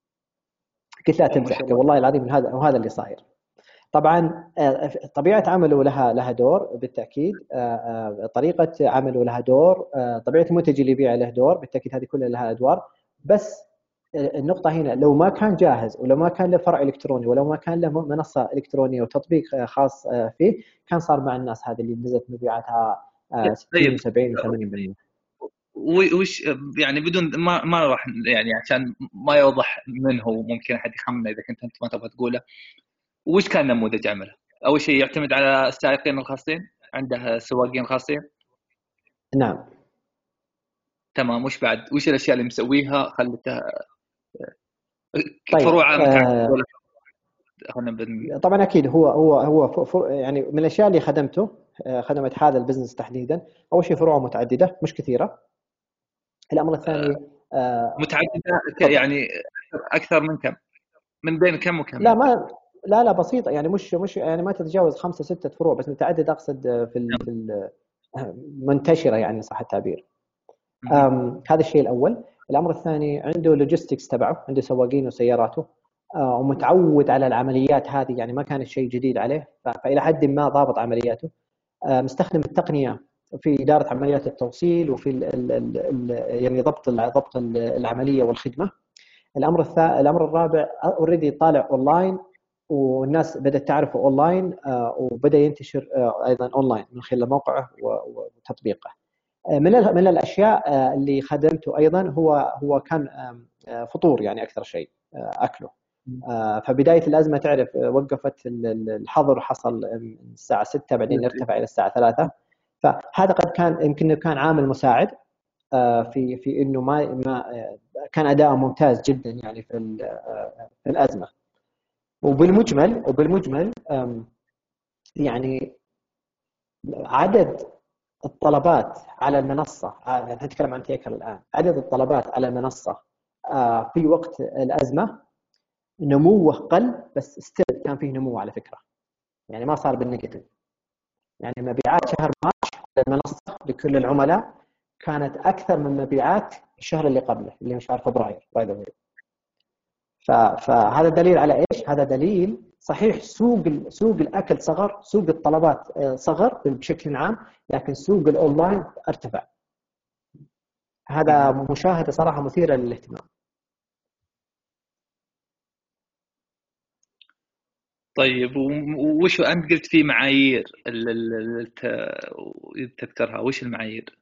قلت لا تمزح. والله العظيم هذا وهذا اللي صاير. طبعا طبيعه عمله لها لها دور بالتاكيد، طريقه عمله لها دور، طبيعه المنتج اللي يبيعه له دور بالتاكيد، هذه كلها لها ادوار. بس النقطه هنا لو ما كان جاهز ولو ما كان له فرع الكتروني ولو ما كان له منصه الكترونيه وتطبيق خاص فيه كان صار مع الناس هذه اللي نزلت مبيعاتها ستين وسبعين وثمانين بالمئة. وش يعني بدون ما ما راح يعني عشان ما يوضح من هو ممكن احد يخمن اذا كنت انت ما تبغى تقوله. وش كان نموذج عمله؟ اول شيء يعتمد على السائقين الخاصين، عنده سواقين خاصين. نعم تمام. وش بعد؟ وش الاشياء اللي مسويها خلته طيب فروعه متعدده؟ آه طبعا اكيد هو هو هو فر يعني من الاشياء اللي خدمته خدمت هذا البزنس تحديدا. اول شيء فروعه متعدده مش كثيره. الامر الثاني آه متعدده يعني اكثر من كم؟ من بين كم وكم؟ لا ما لا لا بسيطه يعني مش مش يعني ما تتجاوز خمسة ستة فروع بس متعدد اقصد في في منتشره يعني صح التعبير. هذا الشيء الاول. الامر الثاني عنده لوجيستكس تبعه، عنده سواقين وسياراته آه ومتعود على العمليات هذه يعني ما كان شيء جديد عليه، فالى حد ما ضابط عملياته. آه مستخدم التقنيه في اداره عمليات التوصيل وفي ال ال ال يعني ضبط ضبط العمليه والخدمه. الامر الثالث الامر الرابع اوريدي طالع اونلاين والناس بدات تعرفه اونلاين آه وبدا ينتشر آه ايضا اونلاين من خلال موقعه وتطبيقه. آه من من الاشياء آه اللي خدمته ايضا هو هو كان آه فطور يعني اكثر شيء آه اكله. آه فبدايه الازمه تعرف وقفت الحظر، حصل الساعه ستة بعدين ارتفع الى الساعه ثلاثة. فهذا قد كان يمكن كان عامل مساعد في في انه ما ما كان اداء ممتاز جدا يعني في في الازمه. وبالمجمل وبالمجمل يعني عدد الطلبات على المنصه، نتكلم عن تيكر الان، عدد الطلبات على المنصه في وقت الازمه نموه قل بس ستيل كان فيه نمو على فكره، يعني ما صار بالنيجاتيف. يعني مبيعات شهر مارس على المنصه لكل العملاء كانت اكثر من مبيعات الشهر اللي قبله اللي مش عارف فبراير باي ذا. فهذا دليل على ايش؟ هذا دليل صحيح سوق سوق الاكل صغر، سوق الطلبات صغر بشكل عام، لكن سوق الاونلاين ارتفع. هذا مشاهده صراحه مثيره للاهتمام. طيب وش انت قلت في معايير اللي تذكرها؟ وش المعايير؟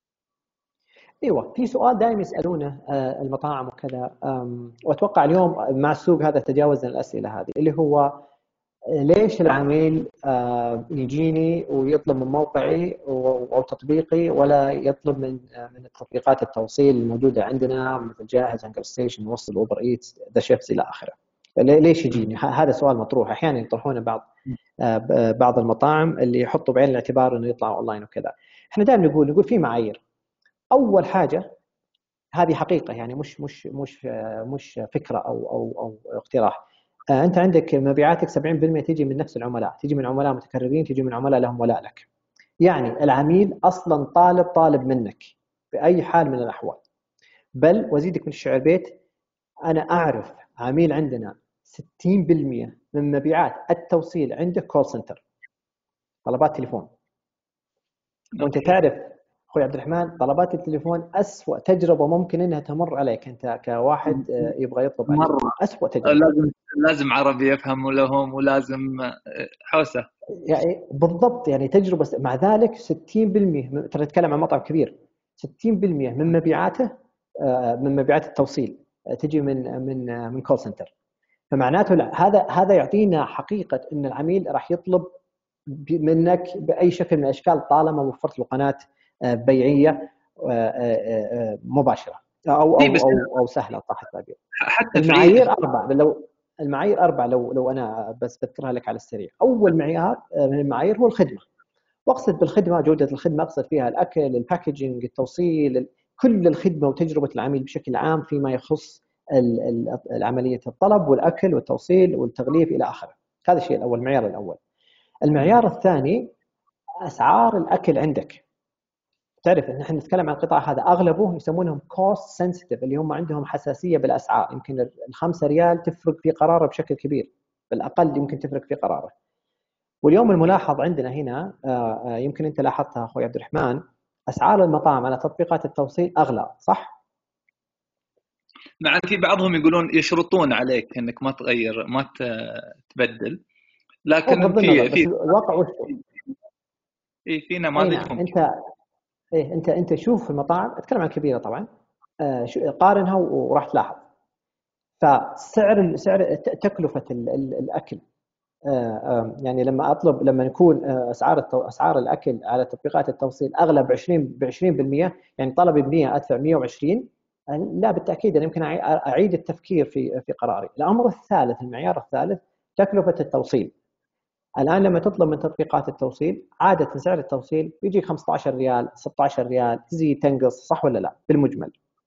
ايوه في سؤال دائما يسالونه المطاعم وكذا، واتوقع اليوم مع السوق هذا تجاوزنا الاسئله هذه، اللي هو ليش العميل يجيني ويطلب من موقعي او تطبيقي ولا يطلب من من التطبيقات التوصيل الموجوده عندنا مثل جاهز، هانجر ستيشن، وصل، اوبر ايتس، ذا شيفز الى اخره؟ ليش يجيني؟ هذا سؤال مطروح احيانا يطرحونه بعض بعض المطاعم اللي يحطوا بعين الاعتبار انه يطلع اونلاين وكذا. احنا دائما نقول نقول في معايير. اول حاجه هذه حقيقه يعني مش مش مش مش فكره او او او اقتراح. انت عندك مبيعاتك سبعين بالمئة تيجي من نفس العملاء، تيجي من عملاء متكررين، تيجي من عملاء لهم ولاء لك. يعني العميل اصلا طالب طالب منك باي حال من الاحوال. بل وازيدك من الشعر بيت، انا اعرف عميل عندنا ستين بالمئة من مبيعات التوصيل عنده كول سنتر، طلبات تليفون. وانت تعرف اخوي عبد الرحمن طلبات التليفون أسوأ تجربه ممكن انها تمر عليك انت كواحد يبغى يطلب مرة أسوأ تجربه. لازم لازم عربي يفهم لهم ولازم حوسه يعني بالضبط، يعني تجربه. مع ذلك ستين بالمئة ترى نتكلم عن مطعم كبير، ستين بالمئة من مبيعاته من مبيعات التوصيل تجي من من من كول سنتر. فمعناته هذا هذا يعطينا حقيقه ان العميل راح يطلب منك باي شكل من الاشكال طالما وفرت له قناه بيعيه مباشره او او او, أو سهله صح التعبير. حتى المعايير اربع، لو المعايير اربع لو لو انا بس بذكرها لك على السريع. اول معيار من المعايير هو الخدمه. واقصد بالخدمه جوده الخدمه، اقصد فيها الاكل، الباكجينج، التوصيل، كل الخدمه وتجربه العميل بشكل عام فيما يخص عمليه الطلب والاكل والتوصيل والتغليف الى اخره. هذا الشيء الأول، المعيار الأول. المعيار الثاني أسعار الأكل عندك. تعرف إن إحنا نتكلم عن القطاع هذا أغلبه يسمونهم cost sensitive، اللي هم عندهم حساسية بالأسعار. يمكن الخمسة ريال تفرق في قراره بشكل كبير، بالأقل يمكن تفرق في قراره. واليوم الملاحظ عندنا هنا يمكن أنت لاحظتها أخوي عبد الرحمن، أسعار المطاعم على تطبيقات التوصيل أغلى، صح؟ مع في بعضهم يقولون يشرطون عليك انك ما تغير ما تبدل، لكن في في الواقع وش اي في نماذج ممكن. انت ايه انت انت شوف المطاعم، اتكلم عن كبيره طبعا، آه قارنها وراح تلاحظ. فسعر سعر تكلفه الاكل آه آه يعني لما اطلب لما يكون آه اسعار اسعار الاكل على تطبيقات التوصيل اغلى ب عشرين ب عشرين بالمئة، يعني طلبي ب مئة ادفع مئة وعشرين، لا بالتاكيد انا يمكن اعيد التفكير في في قراري. الامر الثالث، المعيار الثالث، تكلفه التوصيل. الان لما تطلب من تطبيقات التوصيل عاده سعر التوصيل بيجي خمسة عشر ريال ستة عشر ريال، تزيد تنقص، صح ولا لا؟ بالمجمل.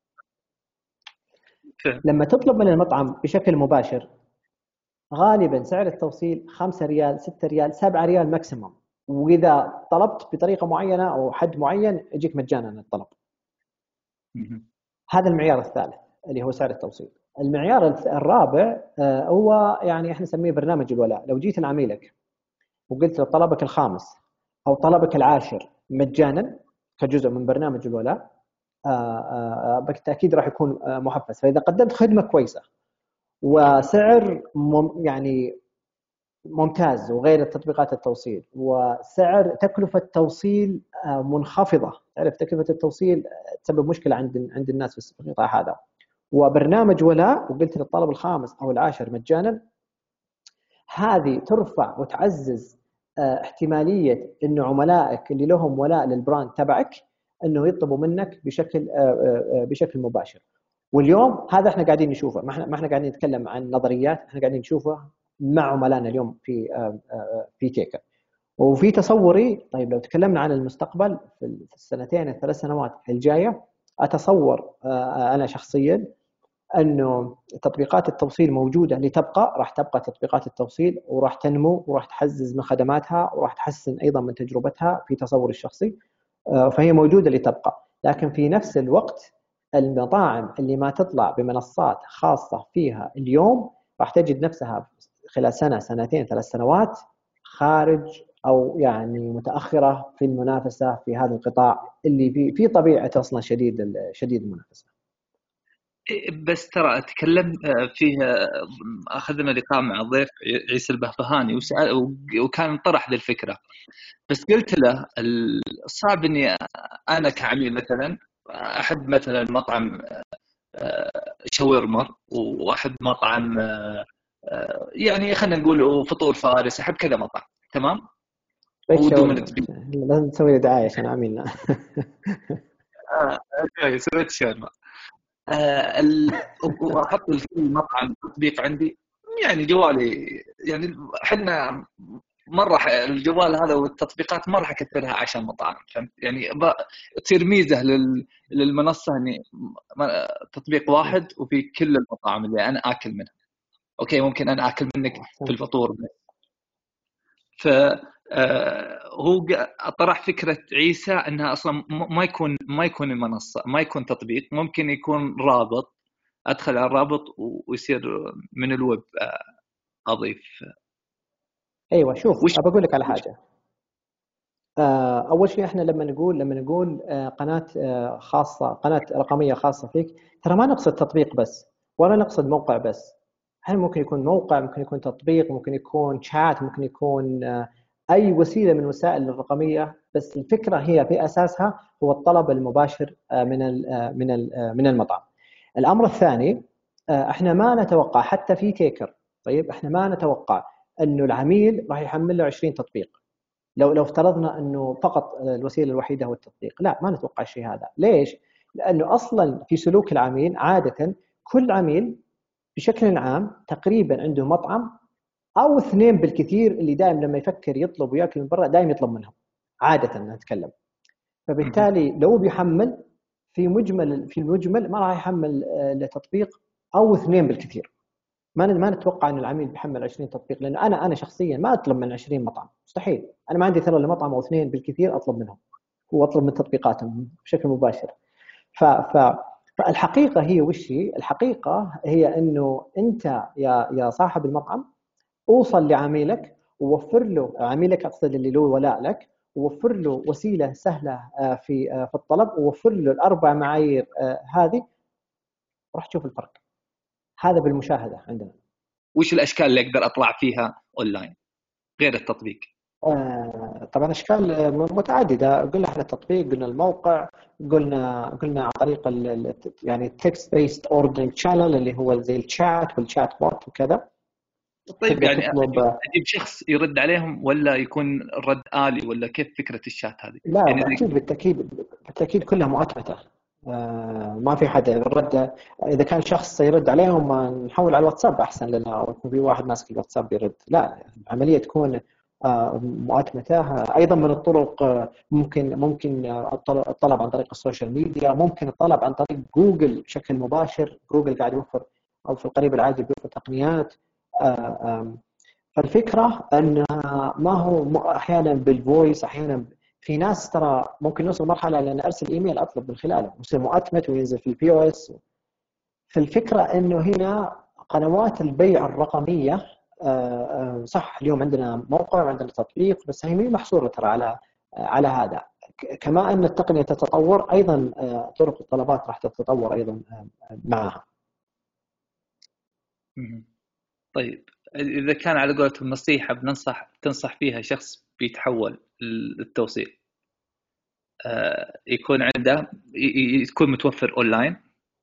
لما تطلب من المطعم بشكل مباشر غالبا سعر التوصيل خمسة ريال ستة ريال سبعة ريال ماكسيموم، واذا طلبت بطريقه معينه او حد معين يجيك مجانا الطلب. هذا المعيار الثالث اللي هو سعر التوصيل. المعيار الرابع هو يعني احنا نسميه برنامج الولاء. لو جيت لعميلك وقلت له طلبك الخامس او طلبك العاشر مجانا كجزء من برنامج الولاء، بالتاكيد راح يكون محفز. فاذا قدمت خدمه كويسه وسعر يعني ممتاز وغير التطبيقات التوصيل، وسعر تكلفه توصيل منخفضه، تعرف تكلفه التوصيل تسبب مشكله عند عند الناس في القطاع هذا، وبرنامج ولاء وقلت للطلب الخامس او العاشر مجانا، هذه ترفع وتعزز احتماليه انه عملائك اللي لهم ولاء للبراند تبعك انه يطلبوا منك بشكل بشكل مباشر. واليوم هذا احنا قاعدين نشوفه، ما احنا ما احنا قاعدين نتكلم عن نظريات، احنا قاعدين نشوفه مع عملائنا اليوم في في تيكر. وفي تصوري طيب لو تكلمنا عن المستقبل في السنتين الثلاث سنوات الجايه، اتصور انا شخصيا انه تطبيقات التوصيل موجوده لتبقى، راح تبقى تطبيقات التوصيل وراح تنمو وراح تحزز من خدماتها وراح تحسن ايضا من تجربتها في تصوري الشخصي، فهي موجوده لتبقى. لكن في نفس الوقت المطاعم اللي ما تطلع بمنصات خاصه فيها اليوم راح تجد نفسها خلال سنه سنتين ثلاث سنوات خارج او يعني متاخره في المنافسه في هذا القطاع اللي في في طبيعه اصلا شديد شديد المنافسه. بس ترى اتكلم فيه، اخذنا لقاء مع الضيف عيسى البهبهاني وسأل وكان طرح ذي الفكره، بس قلت له الصعب اني انا كعميل مثلا احب مثلا مطعم شاورما واحب مطعم يعني خلينا نقول فطور فارس، احب كذا مطعم تمام، لازم تسوي لي دعايه عشان عميلنا. اه اوكي سويت شاورما واحط المطعم تطبيق عندي، يعني جوالي يعني احنا مره الجوال هذا والتطبيقات ما راح اكثرها عشان مطاعم، فهمت يعني تصير ميزه للمنصه اني تطبيق واحد وفي كل المطاعم اللي انا اكل منها. اوكي ممكن انا اكل منك في الفطور، ف هو طرح فكره عيسى انها اصلا ما يكون ما يكون المنصه ما يكون تطبيق، ممكن يكون رابط ادخل على الرابط ويصير من الويب اضيف. ايوه شوف بقول لك على حاجه. اول شيء احنا لما نقول لما نقول قناه خاصه قناه رقميه خاصه فيك، ترى ما نقصد تطبيق بس ولا نقصد موقع بس. هل ممكن يكون موقع، ممكن يكون تطبيق، ممكن يكون شات، ممكن يكون اي وسيله من وسائل الرقميه، بس الفكره هي في اساسها هو الطلب المباشر من من من المطعم. الامر الثاني، احنا ما نتوقع حتى في تيكر، طيب احنا ما نتوقع انه العميل راح يحمل له عشرين تطبيق. لو لو افترضنا انه فقط الوسيله الوحيده هو التطبيق، لا ما نتوقع الشيء هذا. ليش؟ لانه اصلا في سلوك العميل عاده كل عميل بشكل عام تقريبا عنده مطعم او اثنين بالكثير اللي دائما لما يفكر يطلب وياكل من برا دائما يطلب منهم، عاده نتكلم. فبالتالي لو بيحمل في مجمل في المجمل ما راح يحمل لتطبيق او اثنين بالكثير. ما ما نتوقع ان العميل بيحمل عشرين تطبيق، لانه انا انا شخصيا ما اطلب من عشرين مطعم، مستحيل. انا ما عندي ترى الا مطعم او اثنين بالكثير اطلب منهم، واطلب من تطبيقاتهم بشكل مباشر. ف ف فالحقيقه هي وش هي؟ الحقيقه هي انه انت يا يا صاحب المطعم اوصل لعميلك ووفر له، عميلك اقصد اللي له ولاء لك، ووفر له وسيله سهله في في الطلب، ووفر له الاربع معايير هذه، راح تشوف الفرق. هذا بالمشاهده عندنا. وش الاشكال اللي اقدر اطلع فيها اونلاين غير التطبيق؟ آه طبعا اشكال متعدده. قلنا احنا التطبيق، قلنا الموقع، قلنا قلنا عن طريق ال يعني تكست بيست اوردرنج شانل اللي هو زي الشات والشات بوت وكذا. طيب يعني اجيب شخص يرد عليهم ولا يكون الرد آلي، ولا كيف فكره الشات هذه؟ لا يعني بالتاكيد بالتاكيد بالتاكيد كلها مؤتمته. آه ما في حد يرد. اذا كان شخص يرد عليهم نحول على الواتساب احسن لنا، او يكون في واحد ماسك الواتساب يرد. لا، العمليه تكون آه مؤتمته. ايضا من الطرق ممكن ممكن الطلب عن طريق السوشيال ميديا، ممكن الطلب عن طريق جوجل بشكل مباشر. جوجل قاعد يوفر، او في القريب العاجل بيوفر تقنيات. آه آه فالفكره انها ما هو احيانا بالفويس، احيانا في ناس ترى ممكن نوصل مرحله لان ارسل ايميل اطلب من خلاله يصير مؤتمت وينزل في البي او اس. فالفكره انه هنا قنوات البيع الرقميه صح، اليوم عندنا موقع وعندنا تطبيق، بس هي مش محصوره ترى على على هذا. كما ان التقنيه تتطور، ايضا طرق الطلبات راح تتطور ايضا معها. طيب إذا كان على قولتهم نصيحة بننصح تنصح فيها شخص بيتحول للتوصيل، آه يكون عنده يكون متوفر أونلاين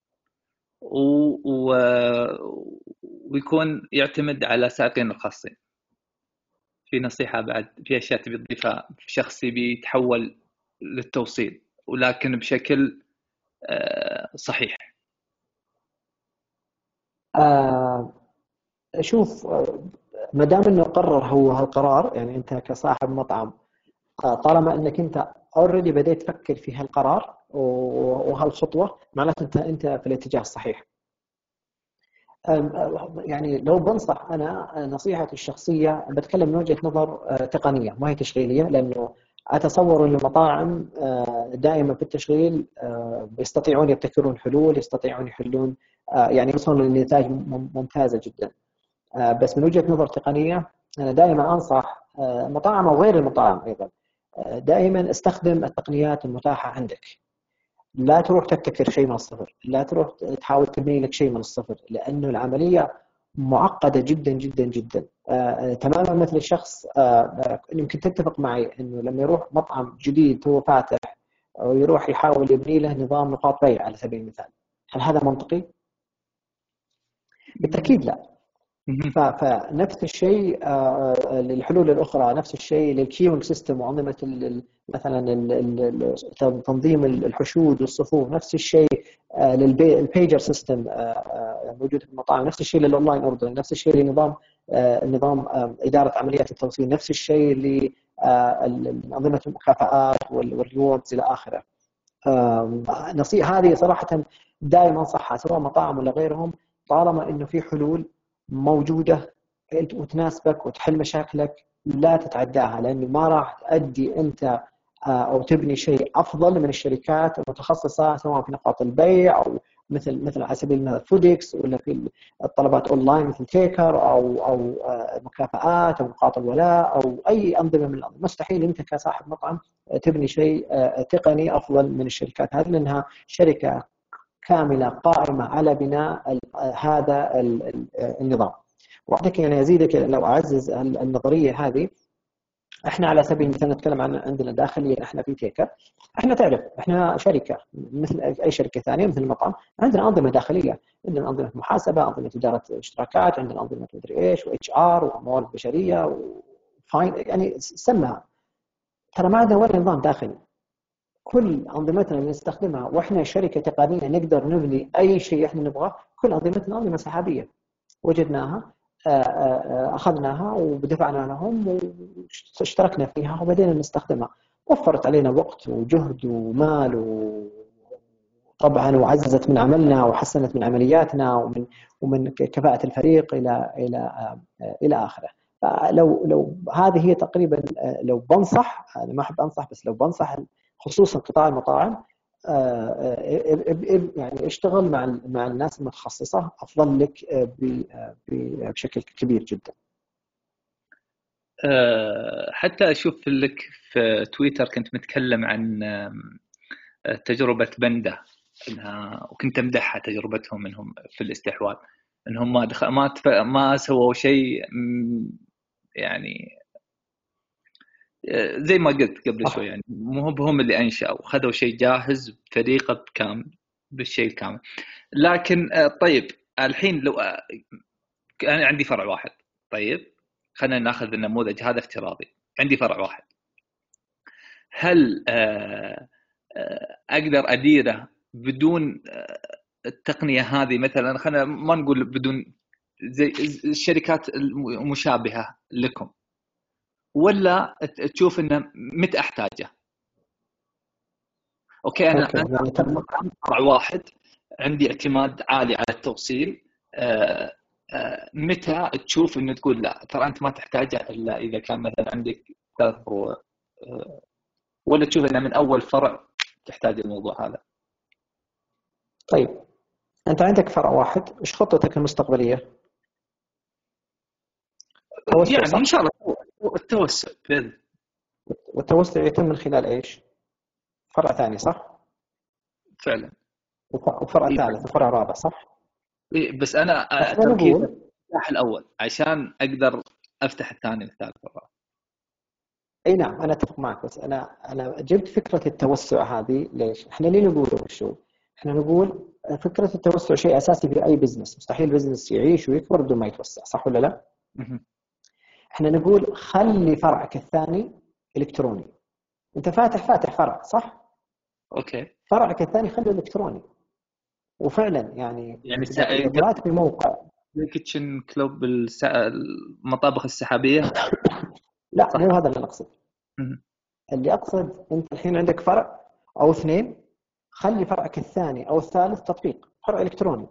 و... ويكون يعتمد على سائقين الخاصين، في نصيحة بعد في أشياء تبي تضيفها في شخص بيتحول للتوصيل ولكن بشكل آه صحيح؟ آه شوف، ما دام انه قرر هو هالقرار، يعني انت كصاحب مطعم طالما انك انت اوريدي بديت تفكر في هالقرار وهالخطوه، معناته انت انت في الاتجاه الصحيح. يعني لو بنصح انا نصيحتي الشخصيه، بتكلم من وجهه نظر تقنيه ما هي تشغيليه، لانه اتصور ان المطاعم دائما في التشغيل يستطيعون يبتكرون حلول، يستطيعون يحلون، يعني يوصلون لنتائج ممتازه جدا. بس من وجهه نظر تقنيه انا دائما انصح مطاعم او غير المطاعم ايضا، دائما استخدم التقنيات المتاحه عندك. لا تروح تبتكر شيء من الصفر، لا تروح تحاول تبني لك شيء من الصفر، لانه العمليه معقده جدا جدا جدا. آه، تماما مثل الشخص آه، يمكن تتفق معي انه لما يروح مطعم جديد هو فاتح ويروح يحاول يبني له نظام نقاط بيع على سبيل المثال، هل هذا منطقي؟ بالتاكيد لا. فنفس الشيء للحلول الأخرى، نفس الشيء للكيونج سيستم وأنظمة مثلا تنظيم الحشود والصفوف، نفس الشيء للبيجر سيستم موجود في المطاعم، نفس الشيء للأونلاين أوردر، نفس الشيء لنظام نظام إدارة عمليات التوصيل، نفس الشيء لأنظمة المكافآت والريوردز إلى آخره. نصيحة هذه صراحة دائما أنصحها سواء مطاعم ولا غيرهم، طالما إنه في حلول موجودة وتناسبك وتحل مشاكلك لا تتعداها، لأنه ما راح تؤدي أنت أو تبني شيء أفضل من الشركات المتخصصة سواء في نقاط البيع أو مثل مثل على سبيل المثال فودكس، ولا في الطلبات أونلاين مثل تيكر أو أو مكافآت أو نقاط الولاء أو أي أنظمة من الأنظمة. مستحيل أنت كصاحب مطعم تبني شيء تقني أفضل من الشركات هذه، لأنها شركة كاملة قائمة على بناء هذا النظام. وعندك يعني أزيدك لو أعزز النظرية هذه، احنا على سبيل المثال نتكلم عن عندنا داخليا احنا في تيكر، احنا تعرف احنا شركة مثل اي شركة ثانية مثل المطعم، عندنا أنظمة داخلية، عندنا أنظمة محاسبة، أنظمة إدارة اشتراكات، عندنا أنظمة مدري ايش واتش ار وموارد بشرية وفاين، يعني سمها. ترى ما عندنا ولا نظام داخلي، كل أنظمتنا اللي نستخدمها وإحنا شركة تقنية نقدر نبني أي شيء إحنا نبغاه، كل أنظمتنا أنظمة سحابية وجدناها أخذناها ودفعنا لهم واشتركنا فيها وبدينا نستخدمها، وفرت علينا وقت وجهد ومال طبعا وعززت من عملنا وحسنت من عملياتنا ومن ومن كفاءة الفريق إلى إلى إلى آخره. فلو لو هذه هي تقريبا، لو بنصح، أنا ما أحب أنصح بس لو بنصح خصوصا قطاع المطاعم، يعني اشتغل مع مع الناس المتخصصة أفضل لك بشكل كبير جدا. حتى أشوف لك في تويتر كنت متكلم عن تجربة بندا إنها، وكنت أمدحها تجربتهم منهم في الاستحواذ، إنهم ما دخل ما تف... ما سووا شيء يعني زي ما قلت قبل شوي، يعني مو بهم اللي أنشأوا، خذوا شيء جاهز بطريقة بكامل بالشيء الكامل. لكن طيب الحين لو أنا عندي فرع واحد، طيب خلينا ناخذ النموذج هذا افتراضي، عندي فرع واحد، هل أقدر أديره بدون التقنية هذه مثلا؟ خلينا ما نقول بدون، زي الشركات المشابهة لكم، ولا تشوف إنه متى أحتاجه؟ أوكي أنا أوكي. أنا فرع واحد عندي اعتماد عالي على التوصيل، آآ آآ متى تشوف إنه تقول لا ترى أنت ما تحتاجه إلا إذا كان مثلا عندك ثلاث فروع، ولا تشوف إنه من أول فرع تحتاج الموضوع هذا؟ طيب أنت عندك فرع واحد، إيش خطتك المستقبلية؟ توسع يعني صح؟ إن شاء الله التوسع. والتوسع يتم من خلال إيش؟ فرع ثاني صح؟ فعلا. وفرع إيه ثالث وفرع رابع صح؟ إيه بس أنا تركيز أفتح الأول عشان أقدر أفتح الثاني والثالث والرابع. أي نعم أنا أتفق معك، بس أنا أنا جبت فكرة التوسع هذه ليش؟ إحنا ليه نقوله شو؟ إحنا نقول فكرة التوسع شيء أساسي في أي بزنس، مستحيل بزنس يعيش ويكبر بدون ما يتوسع، صح ولا لا؟ إحنا نقول خلي فرعك الثاني إلكتروني. أنت فاتح فاتح فرع صح؟ أوكي. فرعك الثاني خليه إلكتروني. وفعلا يعني يعني إذا في موقع كيتشن كلوب المطابخ السحابية لا صح. مو هذا اللي نقصد. اللي أقصد أنت الحين عندك فرع أو اثنين، خلي فرعك الثاني أو الثالث تطبيق فرع إلكتروني.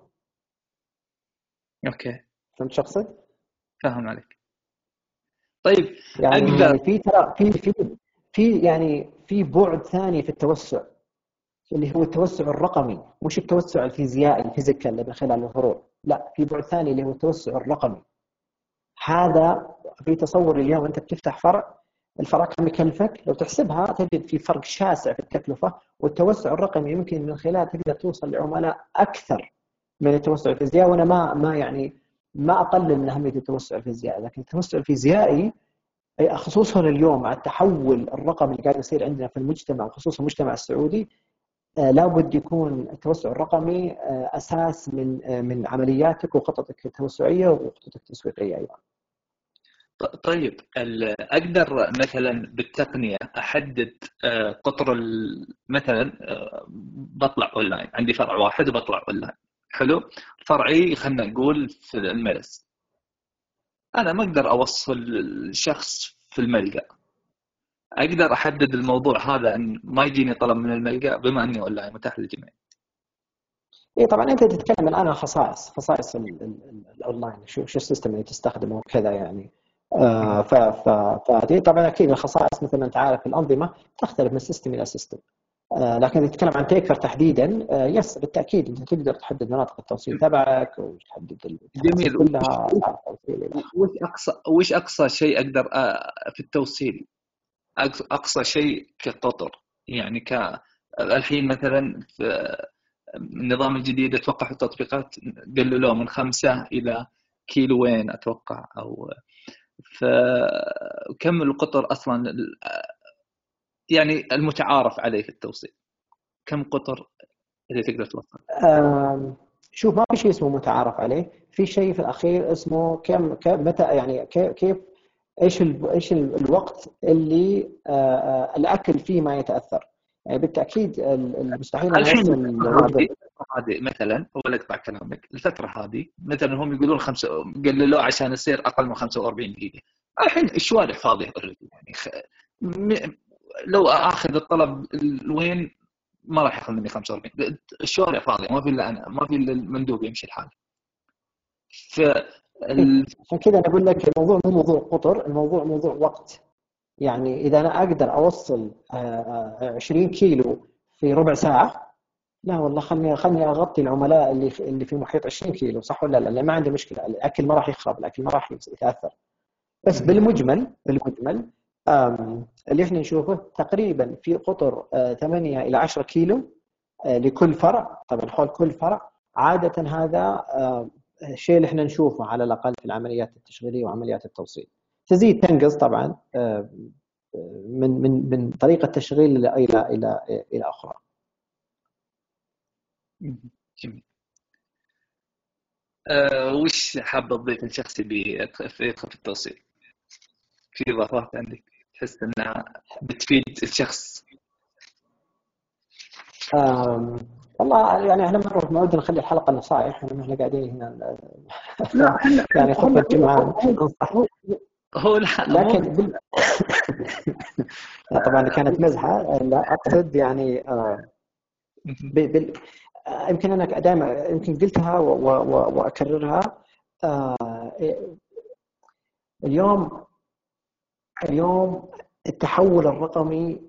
أوكي فهمت شو أقصد؟ فاهم عليك. طيب يعني أقدر يعني في ترى في في في يعني في بعد ثاني في التوسع اللي هو التوسع الرقمي، مش التوسع الفيزيائي الفيزيكال اللي من خلال الفروع، لا في بعد ثاني اللي هو التوسع الرقمي. هذا في تصور اليوم أنت بتفتح فرع، الفرع كم يكلفك؟ لو تحسبها تجد في فرق شاسع في التكلفة، والتوسع الرقمي يمكن من خلاله تقدر توصل لعملاء أكثر من التوسع الفيزيائي. وأنا ما ما يعني ما أقلل من أهمية التوسع الفيزيائي، لكن التوسع الفيزيائي خصوصا اليوم مع التحول الرقمي اللي قاعد يصير عندنا في المجتمع وخصوصا المجتمع السعودي، لابد يكون التوسع الرقمي أساس من من عملياتك وخططك التوسعية وخططك التسويقية أيضا. طيب أقدر مثلا بالتقنية أحدد قطر مثلا بطلع أونلاين، عندي فرع واحد وبطلع أونلاين، حلو، فرعي خلنا نقول في الملس، أنا ما أقدر أوصل الشخص في الملقا، أقدر أحدد الموضوع هذا أن ما يجيني طلب من الملقا بما أني أونلاين متاح للجميع. إيه طبعا أنت تتكلم الآن عن خصائص خصائص الأونلاين، شو شو السيستم اللي تستخدمه وكذا يعني. آه ف ف فدي طبعا أكيد الخصائص مثل ما أنت عارف الأنظمة تختلف من سيستم إلى سيستم، آه لكن تتكلم عن تيكفر تحديدا، آه يس بالتأكيد أنت تقدر تحدد مناطق التوصيل تبعك وتحدد جميل كلها. وش أقصى وش أقصى شيء أقدر في التوصيل، أقصى شيء كقطر يعني ك الحين مثلا في النظام الجديد أتوقع في التطبيقات قللوا من خمسة إلى كيلوين أتوقع، أو فكم القطر أصلا يعني المتعارف عليه في التوصيل، كم قطر اللي تقدر توصل؟ شوف ما في شيء اسمه متعارف عليه، في شيء في الأخير اسمه كم متى يعني كيف ايش ايش الوقت اللي الأكل فيه ما يتأثر. يعني بالتأكيد المستحيل الحين هذه مثلا ولا اقطع كلامك، الفترة هذه مثلا هم يقولون خمسة قللوا عشان يصير أقل من خمسة وأربعين دقيقة، الحين الشوارع فاضية يعني خ... م... لو أخذ الطلب وين ما راح ياخذ مني خمسة وأربعين. الشوارع فاضيه، ما في الا انا، ما في الا المندوب يمشي الحال. ف ال... عشان كذا انا اقول لك الموضوع مو موضوع قطر، الموضوع موضوع وقت. يعني اذا انا اقدر اوصل عشرين كيلو في ربع ساعه، لا والله خلني خلني اغطي العملاء اللي في اللي في محيط عشرين كيلو، صح ولا لا؟ لا ما عندي مشكله، الاكل ما راح يخرب، الاكل ما راح يتاثر. بس بالمجمل بالمجمل اللي احنا نشوفه تقريبا في قطر ثمانية الى عشرة كيلو لكل فرع. طبعا حول كل فرع عاده هذا الشيء اللي احنا نشوفه على الاقل في العمليات التشغيليه وعمليات التوصيل. تزيد تنقص طبعا من من من طريقه تشغيل الى الى الى الى اخرى. جميل. أه وش حاب تضيف الشخصي بيدخل في التوصيل؟ في إضافات عندك تحس أنها بتفيد الشخص؟ أم والله يعني احنا مرة ما ودنا نخلي الحلقة نصائح، احنا احنا قاعدين هنا لا يعني خطة جمعة هو لا لكن بال... طبعا كانت مزحة، لا أقصد يعني آه بال... يمكن أنا دائما يمكن قلتها و... و... وأكررها. آه اليوم اليوم التحول الرقمي.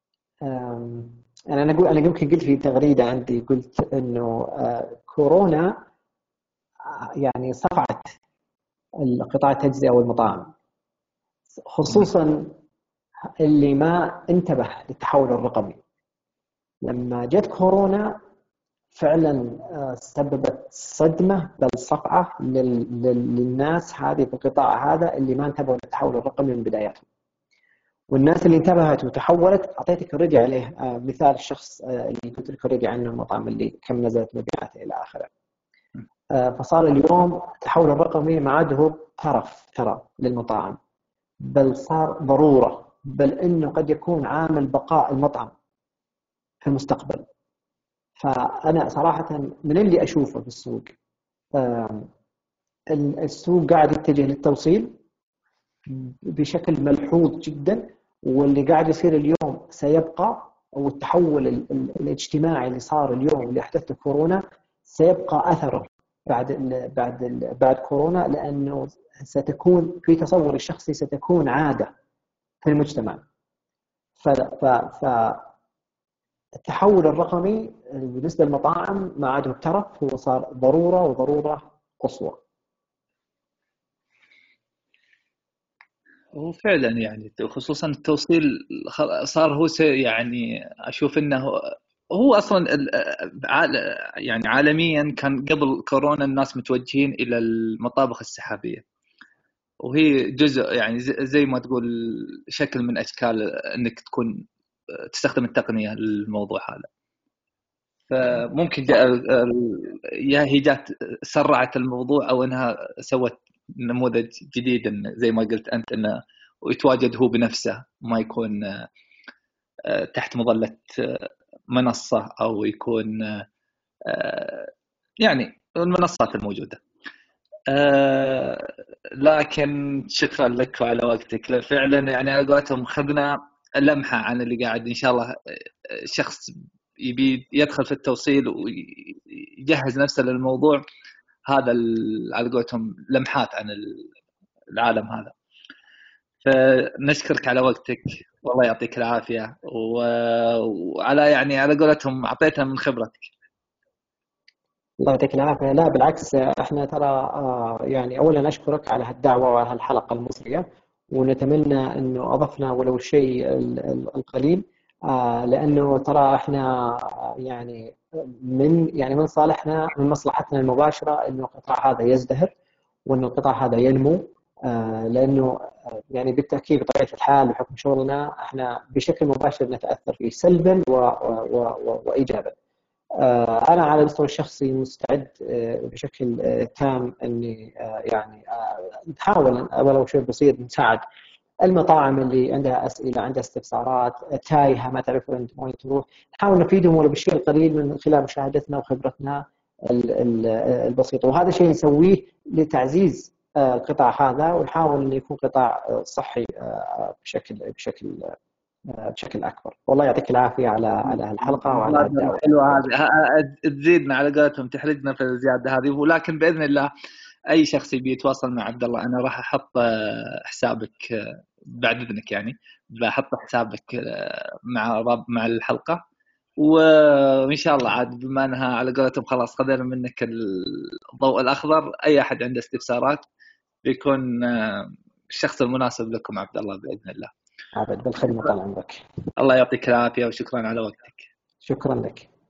أنا أقول أنا يمكن قلت في تغريدة عندي، قلت إنه كورونا يعني صفعت القطاع التجزئة والمطاعم، خصوصا اللي ما انتبه للتحول الرقمي. لما جت كورونا فعلا سببت صدمة بل صفعة للناس هذه في القطاع هذا اللي ما انتبهوا للتحول الرقمي من بداياته. والناس اللي انتبهت وتحولت أعطيتك الرجع عليه مثال الشخص اللي قلت لك الرجع عنه المطعم اللي كم نزلت مبيعاته إلى آخره. فصار اليوم التحول الرقمي ما عاد هو طرف ترى للمطاعم، بل صار ضرورة، بل إنه قد يكون عامل بقاء المطعم في المستقبل. فأنا صراحة من اللي أشوفه في السوق، السوق قاعد يتجه للتوصيل بشكل ملحوظ جدا، واللي قاعد يصير اليوم سيبقى، والتحول الاجتماعي اللي صار اليوم اللي أحدثته كورونا سيبقى أثره بعد بعد بعد كورونا، لأنه ستكون في تصوري الشخصي ستكون عادة في المجتمع. ف ف التحول الرقمي بالنسبة للمطاعم ما عاد ترف، هو صار ضرورة وضرورة قصوى. هو فعلا يعني خصوصا التوصيل صار هو يعني أشوف أنه هو أصلا يعني عالميا كان قبل كورونا الناس متوجهين إلى المطابخ السحابية، وهي جزء يعني زي ما تقول شكل من أشكال أنك تكون تستخدم التقنية للموضوع هذا. فممكن يا هي جات سرعت الموضوع أو أنها سوت نموذج جديد زي ما قلت أنت أنه ويتواجد هو بنفسه، ما يكون تحت مظلة منصة أو يكون يعني المنصات الموجودة. لكن شكرا لك وعلى وقتك، فعلا يعني على قولتهم خذنا لمحة عن اللي قاعد إن شاء الله شخص يبي يدخل في التوصيل ويجهز نفسه للموضوع هذا، على قولتهم لمحات عن العالم هذا. فنشكرك على وقتك، والله يعطيك العافية، وعلى يعني على قولتهم أعطيتنا من خبرتك. الله يعطيك العافية. لا بالعكس، احنا ترى يعني أولا أشكرك على هالدعوة وعلى هالحلقة المثرية، ونتمنى أنه أضفنا ولو الشيء القليل، لأنه ترى احنا يعني من يعني من صالحنا من مصلحتنا المباشرة أنه القطاع هذا يزدهر وأن القطاع هذا ينمو، لأنه يعني بالتأكيد بطبيعة الحال بحكم شغلنا احنا بشكل مباشر نتأثر فيه سلبا وإيجابا. أنا على المستوى الشخصي مستعد بشكل تام أني يعني نحاول ولو شيء بسيط نساعد المطاعم اللي عندها أسئلة، عندها استفسارات تايهة ما تعرف وين وين تروح، نحاول نفيدهم ولو بالشيء القليل من خلال مشاهدتنا وخبرتنا البسيطة. وهذا شيء نسويه لتعزيز القطاع هذا، ونحاول أن يكون قطاع صحي بشكل بشكل بشكل اكبر. والله يعطيك العافيه على على هالحلقه وعلى هالدعوه حلوه هذه، تزيدنا على قولتهم، تحرقنا في الزياده هذه. ولكن باذن الله اي شخص يبي يتواصل مع عبد الله، انا راح احط حسابك بعد اذنك، يعني بحط حسابك مع رب مع الحلقه، وان شاء الله عاد بما انها على قولتهم خلاص خذينا منك الضوء الاخضر، اي احد عنده استفسارات بيكون الشخص المناسب لكم عبد الله باذن الله. عبد بالخدمه طال عمرك. الله يعطيك العافيه وشكرا على وقتك. شكرا لك.